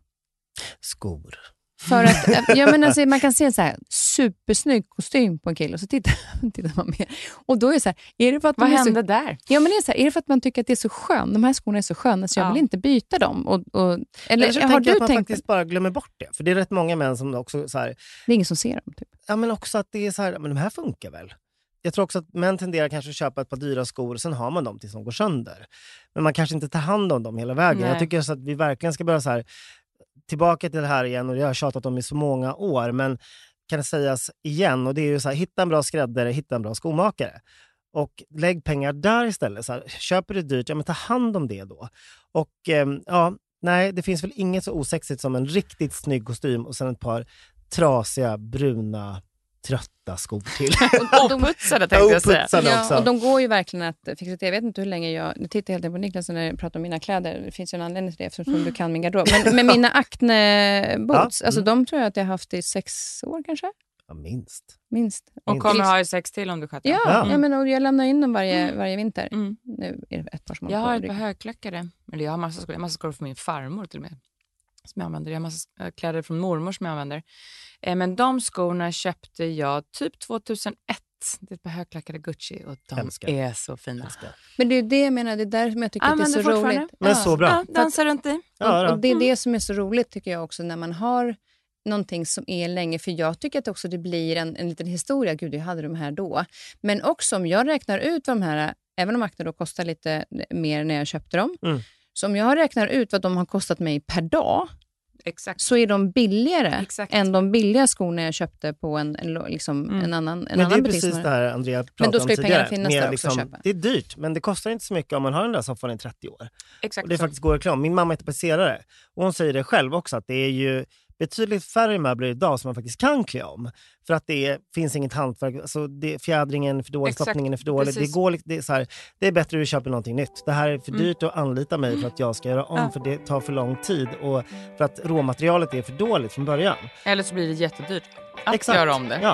Skor. För att, ja, men alltså, man kan se en så här supersnygg kostym på en kille och så tittar, tittar man mer. Och då är det så här, är det för att vad de hände så, där? Ja, men det är så här, är det för att man tycker att det är så skönt? De här skorna är så sköna så jag ja. vill inte byta dem. Och, och, eller eller har du att man tänkt faktiskt bara glömmer bort det? För det är rätt många män som också så här... Det är ingen som ser dem, typ. Ja, men också att det är så här, men de här funkar väl? Jag tror också att män tenderar kanske att köpa ett par dyra skor och sen har man dem tills de går sönder. Men man kanske inte tar hand om dem hela vägen. Nej. Jag tycker så att vi verkligen ska börja så här... Tillbaka till det här igen, och jag har tjatat om i så många år, men kan det sägas igen, och det är ju så här, hitta en bra skräddare, hitta en bra skomakare och lägg pengar där istället. Så här, köper det dyrt, ja men ta hand om det då. Och eh, ja, nej, det finns väl inget så osexigt som en riktigt snygg kostym och sen ett par trasiga, bruna, trötta skor till. och oputsade tänkte jag säga. Ja, och de går ju verkligen att fixa till. Jag vet inte hur länge jag... Nu tittar jag helt på Niklas när jag pratar om mina kläder. Det finns ju en anledning till det eftersom mm. du kan min garderob. Men med mina Acne boots, ja. alltså mm. de tror jag att jag har haft i sex år kanske. Ja, minst. Minst. Och minst. Kommer ha i sex till om du sköter. Ja, ja. Mm. ja men, och jag lämnar in dem varje, mm. varje vinter. Mm. Nu är det ett par som jag har ett par högklackade. Eller jag har massa skor, massa skor från min farmor till och med. Som jag använder. Jag har massa kläder från mormor som jag använder. Eh, men de skorna köpte jag typ tjugohundraett. Det är ett par högklackade Gucci och de Älskar. är så fina. Älskar. Men det är det jag menar, det är där som jag tycker Använder att det är så roligt. Men ja. så bra. Ja, dansar runt i. Ja, och, och det är det som är så roligt tycker jag också när man har någonting som är länge. För jag tycker att också det blir en, en liten historia. Gud, jag hade de här då. Men också om jag räknar ut vad de här, även om Acne då kostar lite mer när jag köpte dem. Mm. Så om jag räknar ut vad de har kostat mig per dag. Exakt. Så är de billigare Exakt. än de billiga skorna jag köpte på en, en, liksom, mm. en annan, en men annan butik. Men det är precis det här Andrea pratade om tidigare. Men då ska ju pengarna finnas där liksom, också att köpa. Det är dyrt, men det kostar inte så mycket om man har den där soffan i trettio år. Exakt. Och det är så. faktiskt går reklam. Min mamma är tapetserare och hon säger det själv också att det är ju betydligt färre möbler idag som man faktiskt kan klä om. För att det är, finns inget hantverk. Alltså det, fjädringen är för dålig, stoppningen är för dålig. Det, går, det, är så här, det är bättre att du köper någonting nytt. Det här är för dyrt mm. att anlita mig för att jag ska göra om. Ja. För det tar för lång tid. Och för att råmaterialet är för dåligt från början. Eller så blir det jättedyrt att Exakt. göra om det. Ja.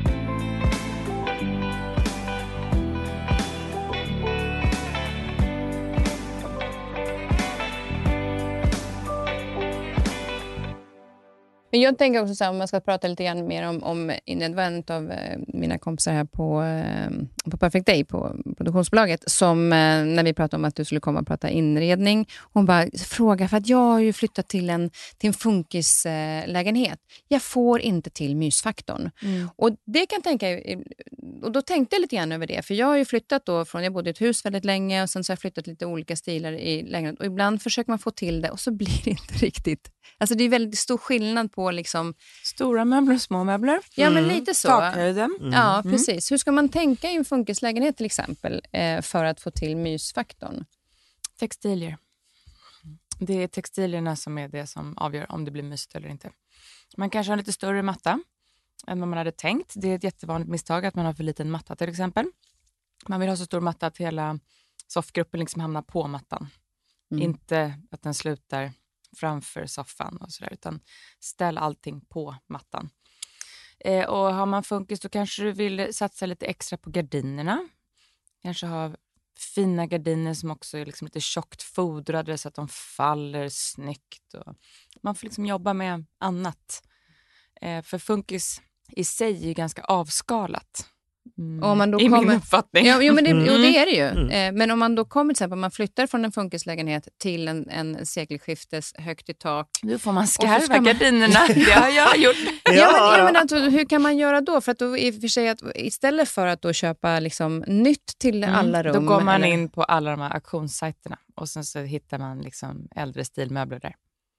Men jag tänker också så här, om man ska prata lite grann mer om, om det var en av eh, mina kompisar här på, eh, på Perfect Day på produktionsbolaget som eh, när vi pratade om att du skulle komma och prata inredning. Hon bara fråga för att jag har ju flyttat till en, till en funkislägenhet. Eh, jag får inte till mysfaktorn. Mm. Och det kan tänka, och då tänkte jag lite grann över det. För jag har ju flyttat då från, jag bodde i ett hus väldigt länge och sen så har jag flyttat lite olika stilar i lägenhet. Och ibland försöker man få till det och så blir det inte riktigt. Alltså det är väldigt stor skillnad på liksom... Stora möbler och små möbler. Ja, mm. men lite så. Takhöjden. Mm. Ja, precis. Hur ska man tänka i en funkislägenhet till exempel eh, för att få till mysfaktorn? Textilier. Det är textilierna som är det som avgör om det blir mysigt eller inte. Man kanske har en lite större matta än vad man hade tänkt. Det är ett jättevanligt misstag att man har för liten matta till exempel. Man vill ha så stor matta att hela soffgruppen liksom hamnar på mattan. Mm. Inte att den slutar framför soffan och sådär, utan ställ allting på mattan. Eh, och har man funkis då kanske du vill satsa lite extra på gardinerna. Kanske ha fina gardiner som också är liksom lite tjockt fodrade så att de faller snyggt. Och man får liksom jobba med annat. Eh, för funkis i sig är ju ganska avskalat. Mm. Om man då I kommer, min uppfattning. Ja, jo, men det, mm. jo, det är det ju. Mm. Eh, men om man då kommer till exempel, man flyttar från en funkislägenhet till en, en sekelskiftes högt i tak. Nu får man skarva man... gardinerna. Det har jag gjort. ja, ja, men, ja, men alltså, hur kan man göra då? För att då, i och för sig att, istället för att då köpa liksom, nytt till mm. alla rum. Då går man eller... in på alla de här auktionssajterna Och sen så hittar man liksom äldre stilmöbler där.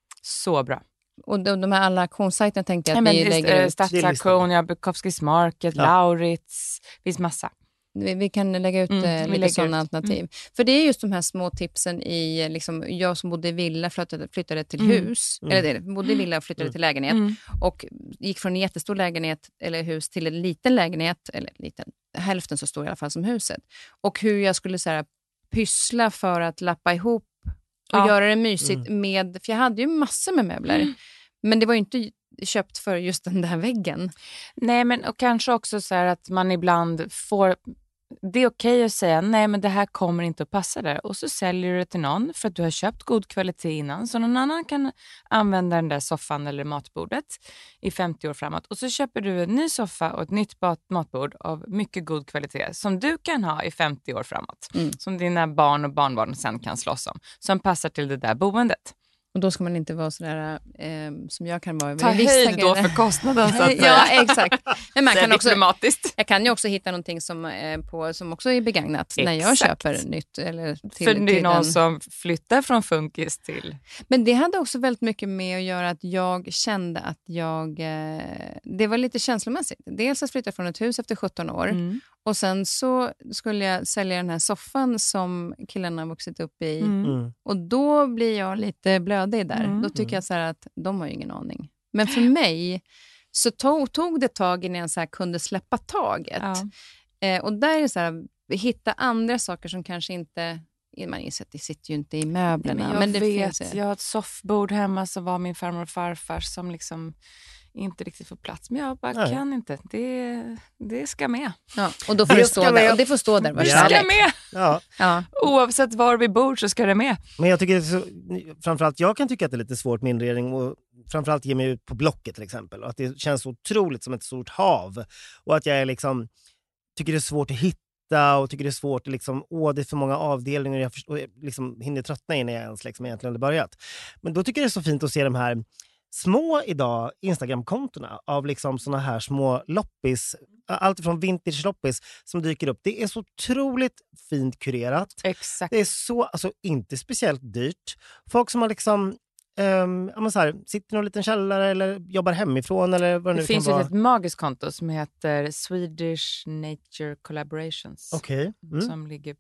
Så bra. Och de, de här alla auktionssajterna tänkte jag att Nej, vi men, lägger äh, ut. Stadsauktion, ja, Bukowskis Market, ja. Lauritz. Det finns massa. Vi, vi kan lägga ut mm, eh, lite sådana alternativ. Mm. För det är just de här små tipsen i, liksom, jag som bodde i villa flyttade, flyttade till mm. hus. Mm. Eller bodde i villa och flyttade mm. till lägenhet. Mm. Och gick från en jättestor lägenhet eller hus till en liten lägenhet. Eller liten, hälften så stor i alla fall som huset. Och hur jag skulle så här, pyssla för att lappa ihop och ja. göra det mysigt mm. med, för jag hade ju massor med möbler. Mm. Men det var ju inte köpt för just den där väggen. Nej, men och kanske också så här att man ibland får, det är okej att säga nej, men det här kommer inte att passa där. Och så säljer du det till någon för att du har köpt god kvalitet innan. Så någon annan kan använda den där soffan eller matbordet i femtio år framåt. Och så köper du en ny soffa och ett nytt matbord av mycket god kvalitet som du kan ha i femtio år framåt. Mm. Som dina barn och barnbarn sen kan slåss om. Som passar till det där boendet. Och då ska man inte vara sådär eh, som jag kan vara. Ta höjd då för kostnaden så att säga. Ja, exakt. Men man så kan också, diplomatiskt. Jag kan ju också hitta någonting som, eh, på, som också är begagnat exakt. När jag köper nytt. Eller till, för det är till någon den. som flyttar från funkis till... Men det hade också väldigt mycket med att göra att jag kände att jag... Eh, det var lite känslomässigt. Dels att flytta från ett hus efter sjutton år. Mm. Och sen så skulle jag sälja den här soffan som killarna har vuxit upp i. Mm. Och då blir jag lite blödig där. Mm. Då tycker jag så här att de har ju ingen aning. Men för mig så tog, tog det tag innan jag så här kunde släppa taget. Ja. Eh, och där är det så här, hitta andra saker som kanske inte... Man inser att det sitter ju inte i möblerna. Nej, men jag men det vet, finns, jag har ett soffbord hemma så var min farmor och farfar som liksom... inte riktigt få plats, men jag bara Nej. kan inte. Det, det ska med. Ja, och då får det, stå där, och det får stå där. Det ska med. Ja. Ja. Oavsett var vi bor så ska det med. Men jag tycker så, framförallt jag kan tycka att det är lite svårt med inredning och framförallt ge mig ut på Blocket till exempel. Och att det känns så otroligt som ett stort hav. Och att jag är liksom, tycker det är svårt att hitta och tycker det är svårt att liksom, åh det är för många avdelningar och jag, förstår, och jag liksom hinner tröttna innan jag ens liksom egentligen hade börjat. Men då tycker jag det är så fint att se de här små idag Instagram-kontona av liksom såna här små loppis, allt från vintage loppis som dyker upp. Det är så otroligt fint kurerat. Exakt. Det är så, alltså inte speciellt dyrt. Folk som har liksom Um, ja, men så här, sitter i någon liten källare eller jobbar hemifrån eller vad det, det nu finns kan ju vara. ett magiskt konto som heter Swedish Nature Collaborations. Okay. Mm. Som ligger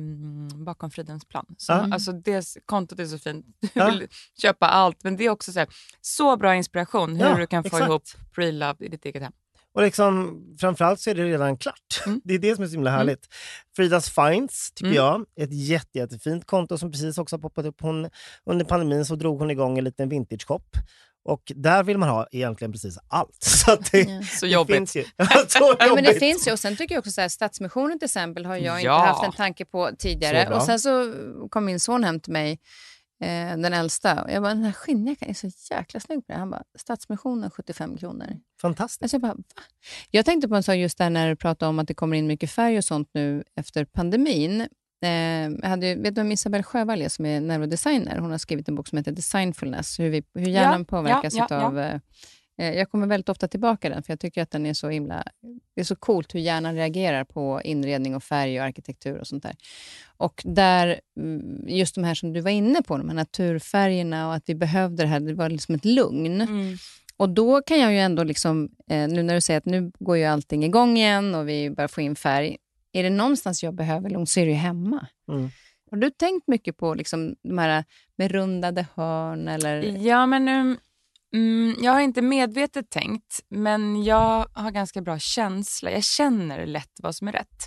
mm, bakom Fridens plan. Så, mm. Alltså det kontot är så fint. Du ja. vill köpa allt, men det är också så, här, så bra inspiration hur ja, du kan få exakt. ihop pre-love i ditt eget hem. Och liksom, framförallt så är det redan klart. Mm. Det är det som är så himla härligt. Mm. Fridas Finds tycker mm. jag är ett jätte, jättefint konto som precis också har poppat upp. Hon, under pandemin så drog hon igång en liten vintage-shop. Och där vill man ha egentligen precis allt. Så, att det, ja. så det jobbigt. Finns ju. så jobbigt. Ja, men det finns ju. Och sen tycker jag också så här, Stadsmissionen till exempel har jag ja. inte haft en tanke på tidigare. Och sen så kom min son hem till mig, eh, den äldsta. Och jag bara, den här skinnjackan är så jäkla snygg på det. Han bara, Stadsmissionen sjuttiofem kronor. Fantastiskt. Alltså jag, bara, va? Jag tänkte på en sak just där när du pratade om att det kommer in mycket färg och sånt nu efter pandemin. Eh, jag hade, vet du om Isabelle Sjövall som är neurodesigner? Hon har skrivit en bok som heter Designfulness. Hur, vi, hur hjärnan ja, påverkas ja, ja, av... Ja. Eh, jag kommer väldigt ofta tillbaka den för jag tycker att den är så himla... Det är så coolt hur hjärnan reagerar på inredning och färg och arkitektur och sånt där. Och där, just de här som du var inne på, de här naturfärgerna och att vi behövde det här, det var liksom ett lugn. Mm. Och då kan jag ju ändå liksom, eh, nu när du säger att nu går ju allting igång igen och vi börjar få in färg. Är det någonstans jag behöver lugn så är det ju hemma. Mm. Har du tänkt mycket på liksom de här med rundade hörn eller? Ja, men um, mm, jag har inte medvetet tänkt, men jag har ganska bra känsla. Jag känner lätt vad som är rätt.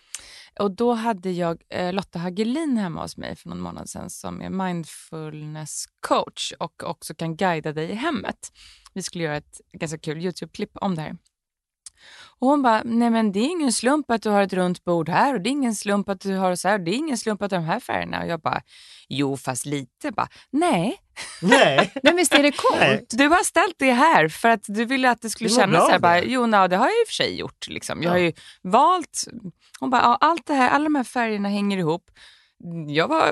Och då hade jag eh, Lotta Hagelin hemma hos mig för någon månad sedan som är mindfulness coach och också kan guida dig i hemmet. Vi skulle göra ett ganska kul YouTube-klipp om det här. Och hon bara, nej men det är ingen slump att du har ett runt bord här och det är ingen slump att du har så här och det är ingen slump att du har de här färgerna. Och jag bara, jo fast lite. Bara, nej. Nej. Men visst är det coolt? Nej. Du har ställt det här för att du ville att det skulle det kännas så här. Bara, jo, no, det har jag i och för sig gjort. Liksom. Jag ja. har ju valt, hon bara, ja, allt det här, alla de här färgerna hänger ihop. Jag var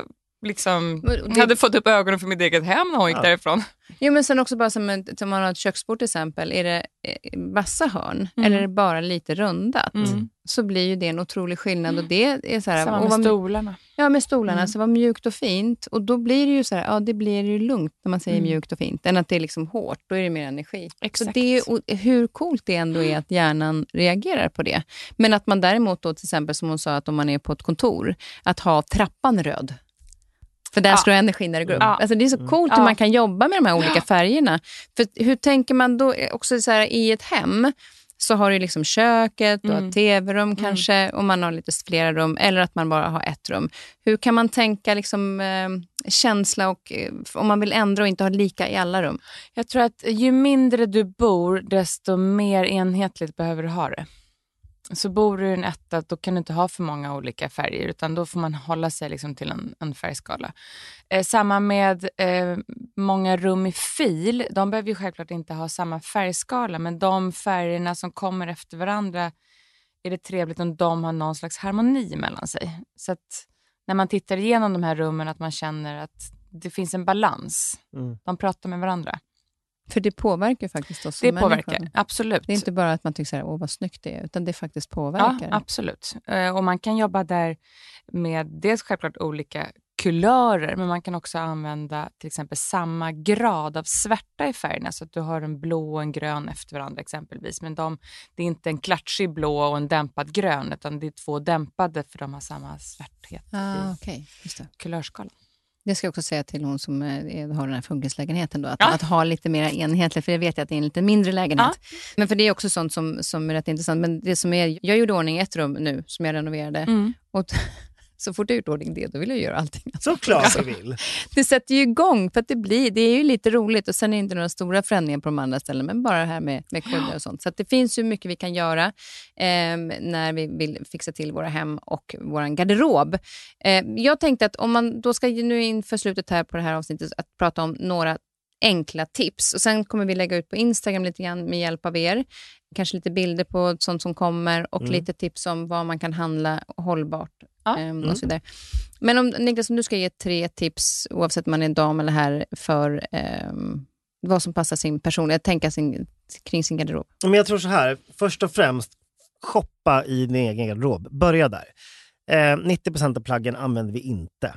liksom det... hade fått upp ögonen för mitt eget hem när hon gick ja. därifrån. Jo, men sen också bara som, en, som man har ett köksbord till exempel. Är det vassa hörn mm. eller är det bara lite rundat? Mm. Så blir ju det en otrolig skillnad. Och det är så här, samma och med stolarna. Ja, med stolarna. Mm. Så var mjukt och fint. Och då blir det ju så här, ja det blir ju lugnt när man säger mm. mjukt och fint. Än att det är liksom hårt, då är det mer energi. Exakt. Så det är, hur coolt det ändå är att hjärnan reagerar på det. Men att man däremot då till exempel som hon sa att om man är på ett kontor, att ha trappan röd. För där ja. Ska energin när det går upp. Ja. Alltså det är så coolt ja. Hur man kan jobba med de här olika färgerna. För hur tänker man då också så här, i ett hem så har du liksom köket och mm. ett tv-rum mm. kanske och man har lite flera rum eller att man bara har ett rum. Hur kan man tänka liksom eh, känsla och eh, om man vill ändra och inte ha lika i alla rum? Jag tror att ju mindre du bor desto mer enhetligt behöver du ha det. Så bor du i en etta, då kan du inte ha för många olika färger utan då får man hålla sig liksom till en, en färgskala. Eh, samma med eh, många rum i fil, de behöver ju självklart inte ha samma färgskala men de färgerna som kommer efter varandra är det trevligt om de har någon slags harmoni mellan sig. Så att när man tittar igenom de här rummen att man känner att det finns en balans. Mm. De pratar med varandra. För det påverkar faktiskt oss som Det människor. påverkar, absolut. Det är inte bara att man tycker så här, åh vad snyggt det är, utan det faktiskt påverkar. Ja, absolut. Och man kan jobba där med dels självklart olika kulörer, men man kan också använda till exempel samma grad av svärta i färgerna, så att du har en blå och en grön efter varandra exempelvis. Men de, det är inte en klatschig blå och en dämpad grön, utan det är två dämpade för de har samma svärthet ah, i okay. Just det. kulörskalan. Det ska jag också säga till hon som är, har den här funkislägenheten då, att, ja. Att ha lite mer enhetligt, för jag vet att det är en lite mindre lägenhet. Ja. Men för det är också sånt som, som är rätt intressant. Men det som är, jag gjorde ordning ett rum nu som jag renoverade mm. och så fort jag gjort ordning det, då vill jag göra allting. Så klart du vill. Det sätter ju igång för att det blir, det är ju lite roligt och sen är det inte några stora förändringar på de andra ställena, men bara det här med, med kuddar och sånt. Så att det finns ju mycket vi kan göra eh, när vi vill fixa till våra hem och våran garderob. Eh, jag tänkte att om man då ska nu inför slutet här på det här avsnittet att prata om några enkla tips. Och sen kommer vi lägga ut på Instagram lite grann med hjälp av er. Kanske lite bilder på sånt som kommer och mm. lite tips om vad man kan handla hållbart. Ja. Um, och så vidare. Men om, Niklas, om du ska ge tre tips oavsett om man är dam eller herr för um, vad som passar sin personlighet, tänka sin, kring sin garderob. Men jag tror så här, först och främst shoppa i din egen garderob. Börja där. Eh, nittio procent av plaggen använder vi inte.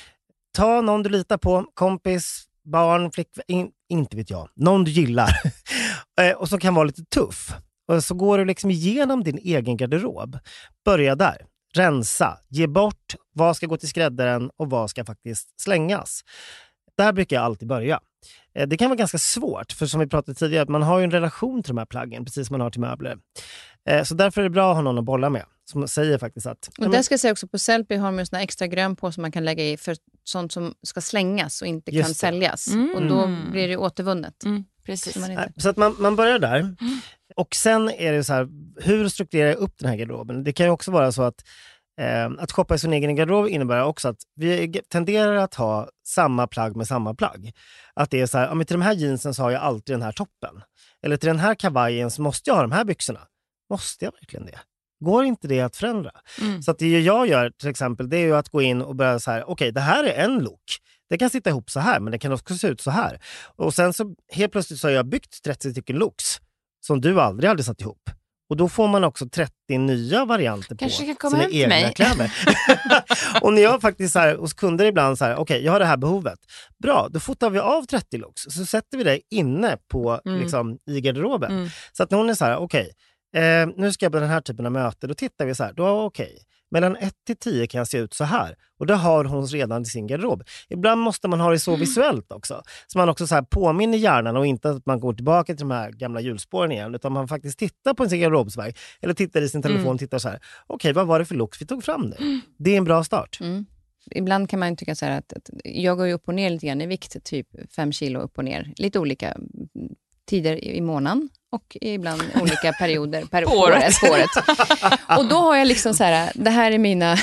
Ta någon du litar på, kompis, barn, flickvän, in, inte vet jag. Någon du gillar. eh, och som kan vara lite tuff. Och så går du liksom igenom din egen garderob. Börja där. Rensa, ge bort vad ska gå till skräddaren och vad ska faktiskt slängas. Där brukar jag alltid börja. Eh, det kan vara ganska svårt, för som vi pratade tidigare, man har ju en relation till de här plaggen, precis som man har till möbler. Eh, så därför är det bra att ha någon att bolla med, som säger faktiskt att... Och där ska jag säga också, på Sellpy har man ju såna extra grön på som man kan lägga i för sånt som ska slängas och inte kan säljas. Mm. Och då blir det återvunnet. Mm. Precis. Så, inte... så att man, man börjar där. Mm. Och sen är det så här, hur strukturerar jag upp den här garderoben? Det kan ju också vara så att eh, att shoppa i sin egen garderob innebär också att vi tenderar att ha samma plagg med samma plagg. Att det är så här, ja, men till de här jeansen så har jag alltid den här toppen. Eller till den här kavajen så måste jag ha de här byxorna. Måste jag verkligen det? Går inte det att förändra? Mm. Så att det jag gör till exempel, det är ju att gå in och börja så här, okej, okay, det här är en look. Det kan sitta ihop så här, men det kan också se ut så här. Och sen så helt plötsligt så har jag byggt trettio stycken looks som du aldrig hade satt ihop. Och då får man också trettio nya varianter Kanske på sina egna mig. Kläder. Och när jag faktiskt så här, hos kunder ibland så här, okej, okay, jag har det här behovet. Bra, då fotar vi av trettio looks. Så sätter vi det inne på, mm. liksom, i garderoben. Mm. Så att när hon är så här, okej, okay, eh, nu ska jag på den här typen av möte. Då tittar vi så här, då okej. Okay. Mellan ett till tio kan jag se ut så här. Och det har hon redan i sin garderob. Ibland måste man ha det så mm. visuellt också. Så man också så här påminner hjärnan och inte att man går tillbaka till de här gamla hjulspåren igen. Utan man faktiskt tittar på sin garderobsväg. Eller tittar i sin telefon och mm. tittar så här. Okej, okay, vad var det för look vi tog fram nu? Mm. Det är en bra start. Mm. Ibland kan man tycka så här att, att jag går ju upp och ner lite grann i vikt. Typ fem kilo upp och ner. Lite olika tider i månaden. Och ibland olika perioder per året. året. Och då har jag liksom så här, det här är mina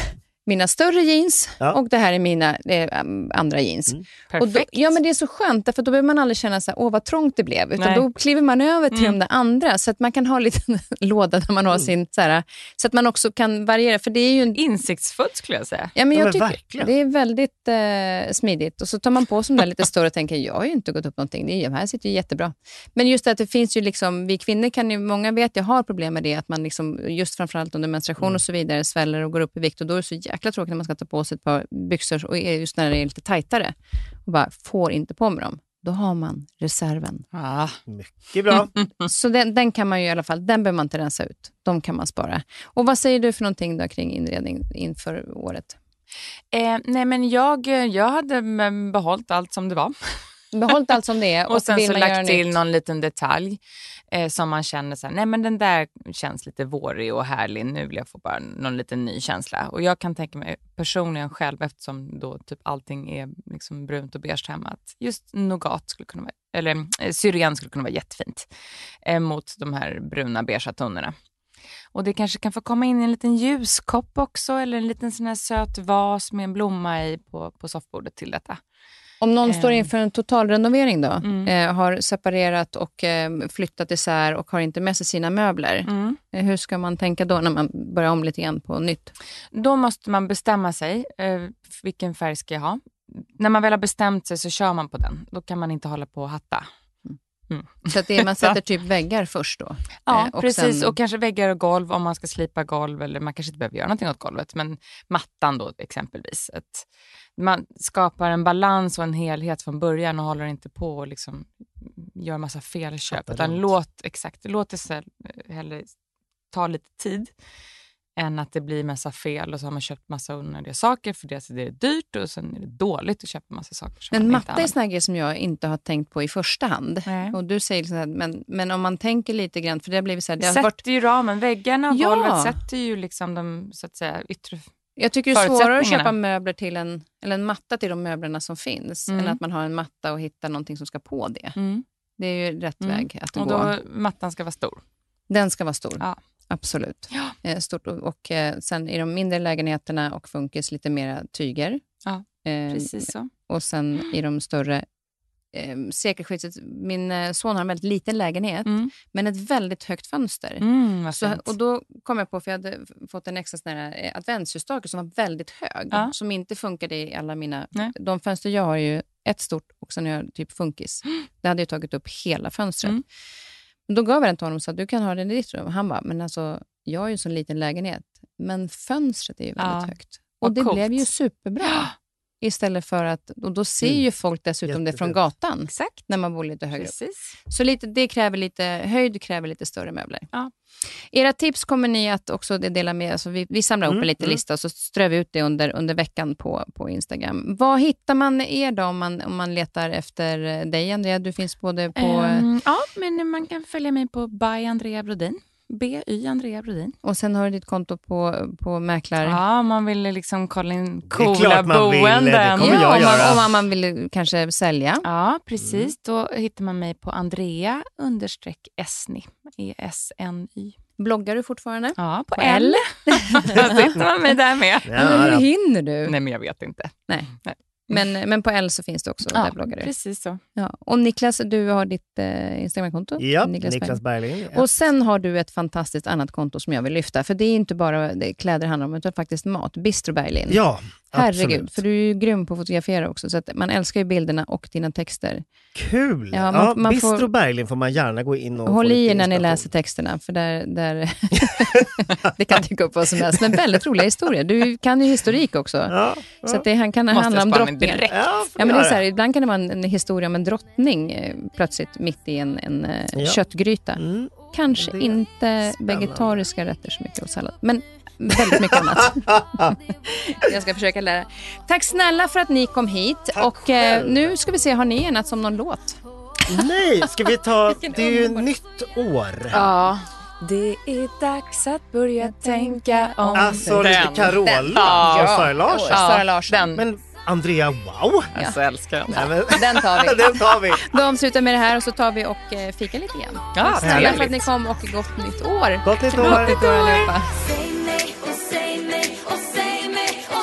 mina större jeans ja. och det här är mina eh, andra jeans. Mm. Perfekt. Och då, ja, men det är så skönt, för då behöver man aldrig känna så här, åh vad trångt det blev. Utan Nej. då kliver man över till Mm. de där andra, så att man kan ha en liten låda där man har Mm. sin, så här, så att man också kan variera. För det är ju en... Insiktsfullt skulle jag säga. Ja, men Ja, jag men tycker verkligen. det är väldigt eh, smidigt. Och så tar man på sig de där lite större och tänker, jag har ju inte gått upp någonting. Det, är, det här sitter ju jättebra. Men just att det finns ju liksom, vi kvinnor kan ju, många vet jag har problem med det, att man liksom, just framförallt under menstruation Mm. och så vidare, sväller och går upp i vikt. Och då är det så jäkla tråkigt när man ska ta på sig ett par byxor, och just när det är lite tajtare. Och bara, får inte på med dem. Då har man reserven. Ah. Mycket bra. Så den, den kan man ju i alla fall, den behöver man inte rensa ut. De kan man spara. Och vad säger du för någonting då kring inredning inför året? Eh, nej men jag, jag hade mm, behållit allt som det var. Behållit allt som det är. Och, och sen vill så man göra lagt till nytt. någon liten detalj eh, som man känner så här, nej men den där känns lite vårig och härlig, nu vill jag få bara någon liten ny känsla. Och jag kan tänka mig personligen själv, eftersom då typ allting är liksom brunt och beige hemma, att just nougat skulle kunna vara, eller eh, syren skulle kunna vara jättefint eh, mot de här bruna beigea tonerna. Och det kanske kan få komma in i en liten ljuskopp också, eller en liten sån här söt vas med en blomma i på, på soffbordet till detta. Om någon Eh. står inför en totalrenovering då, Mm. eh, har separerat och eh, flyttat isär och har inte med sig sina möbler. Mm. Eh, hur ska man tänka då när man börjar om lite igen på nytt? Då måste man bestämma sig, eh, vilken färg ska jag ha. När man väl har bestämt sig så kör man på den. Då kan man inte hålla på och hatta. Mm. Så att det är, man sätter typ väggar först då? Ja, Eh, och precis. sen- Och kanske väggar och golv om man ska slipa golv. Eller man kanske inte behöver göra någonting åt golvet. Men mattan då exempelvis. Att man skapar en balans och en helhet från början och håller inte på och liksom gör massa felköp. Fattar Utan runt. låt, exakt, låt det så- hellre ta lite tid än att det blir massa fel och så har man köpt massa onödiga saker för det, det är dyrt och sen är det dåligt att köpa massa saker som Men man inte matta är använder. såna grejer som jag inte har tänkt på i första hand. Nej. Och du säger så här, men, men om man tänker lite grann, för det har blivit så här, det Det har sätter varit, ju ramen, väggarna och Ja. golvet sätter ju liksom de så att säga yttre. jag tycker det är svårare att förutsättningarna. köpa möbler till en, eller en matta till de möblerna som finns, Mm. än att man har en matta och hittar någonting som ska på det. Mm. Det är ju rätt Mm. väg att Och gå. då mattan ska vara stor. Den ska vara stor. Ja. Absolut. Ja. Eh, stort och, och eh, sen i de mindre lägenheterna och funkis lite mera tyger. Ja, Eh, Precis så. och sen i de större eh, sekelskiftet. Min eh, son har en väldigt liten lägenhet, Mm. men ett väldigt högt fönster. Mm, vad Så, fint. och då kom jag på, för jag hade fått en extra sån här eh, adventsljusstake som var väldigt hög. Ja. Som inte funkade i alla mina... Nej. De fönster jag har är ju ett stort och sen har jag typ funkis. Det hade ju tagit upp hela fönstret. Mm. Men då gav jag den till honom och sa, du kan ha den i ditt rum. Och han bara, men alltså, jag har ju en sån liten lägenhet. Men fönstret är ju väldigt Ja. högt. Och Vad det coolt. blev ju superbra. Istället för att, och då ser Mm. ju folk dessutom det från Jättefint. gatan. Exakt. När man bor lite högre upp. Precis. Så lite, det kräver lite höjd, kräver lite större möbler. Ja. Era tips kommer ni att också dela med. Alltså vi, vi samlar upp Mm, en liten mm. lista och så strör vi ut det under, under veckan på, på Instagram. Vad hittar man er då om man, om man letar efter dig, Andrea? Du finns både på... Ehm, ja, men man kan följa mig på by Andrea Brodin. B Y Andrea Brodin. Och sen har du ditt konto på, på mäklar. Ja, om man vill liksom kolla in är coola klart man vill, det boenden. kommer jag Ja, om, man, göra. om man vill kanske sälja. Ja, precis. Då hittar man mig på Andrea understreck Esni. E S N Y. Bloggar du fortfarande? Ja, på, På L. Då hittar man mig där med. Men hur Ja, ja. hinner du? Nej, men jag vet inte. Nej. Nej. Men, men på L så finns det också, Ja, där bloggar du. precis så. Ja. Och Niklas, du har ditt eh, Instagramkonto. Ja, Niklas Niklas Berg. Bergling. Och sen har du ett fantastiskt annat konto som jag vill lyfta. För det är inte bara det kläder handlar om, utan faktiskt mat. Bistro Berglin. Ja, Herregud, absolut. för du är ju grym på att fotografera också. Så att man älskar ju bilderna och dina texter. Kul! Ja, Ja, man- man Bistro får- Bergling får man gärna gå in och Håll få i er lite när ni inspiration. läser texterna, för där, där det kan dyka upp vad som helst. Men väldigt roliga historier. Du kan ju historik också. Ja, ja. Så att det han kan Måste handla om spara mig drottningar. direkt. Ja, Ja, men det är göra. så här, ibland kan det vara en, en historia om en drottning eh, plötsligt mitt i en, en eh, Ja. köttgryta. Mm. Kanske Det är inte spännande. vegetariska rätter så mycket och sallad, men väldigt mycket annat. Jag ska försöka lära. Tack snälla för att ni kom hit. Tack och eh, själv. nu ska vi se, har ni enats om någon låt? Nej, ska vi ta... Vilken Det är ju underbar- nytt år. Ja, det är dags att börja tänka om Alltså lite den. Carola Den. och Ja. Sara Larsson. Ja, Sara Larsson. Den. Men Andrea, wow! Alltså, jag älskar den. Nej, men, Den tar vi. den tar vi. Då avslutar vi med det här och så tar vi och eh, fika lite igen. Ja, Snälla för att trevligt. ni kom och gott nytt år. Gott nytt Gott år. nytt år allihopa. Säg mig och säg mig och säg mig och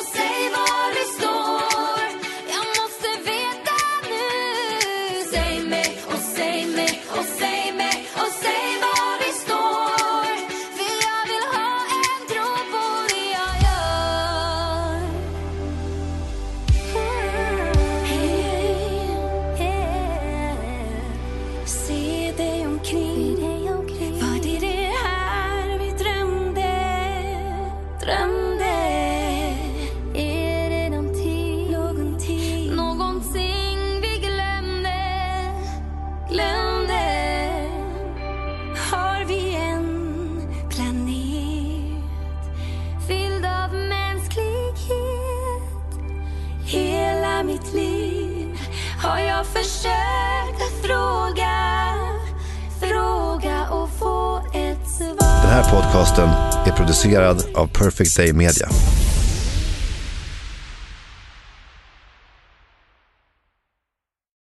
hela mitt liv har jag försökt att fråga, fråga och få ett svar. Den här podcasten är producerad av Perfect Day Media.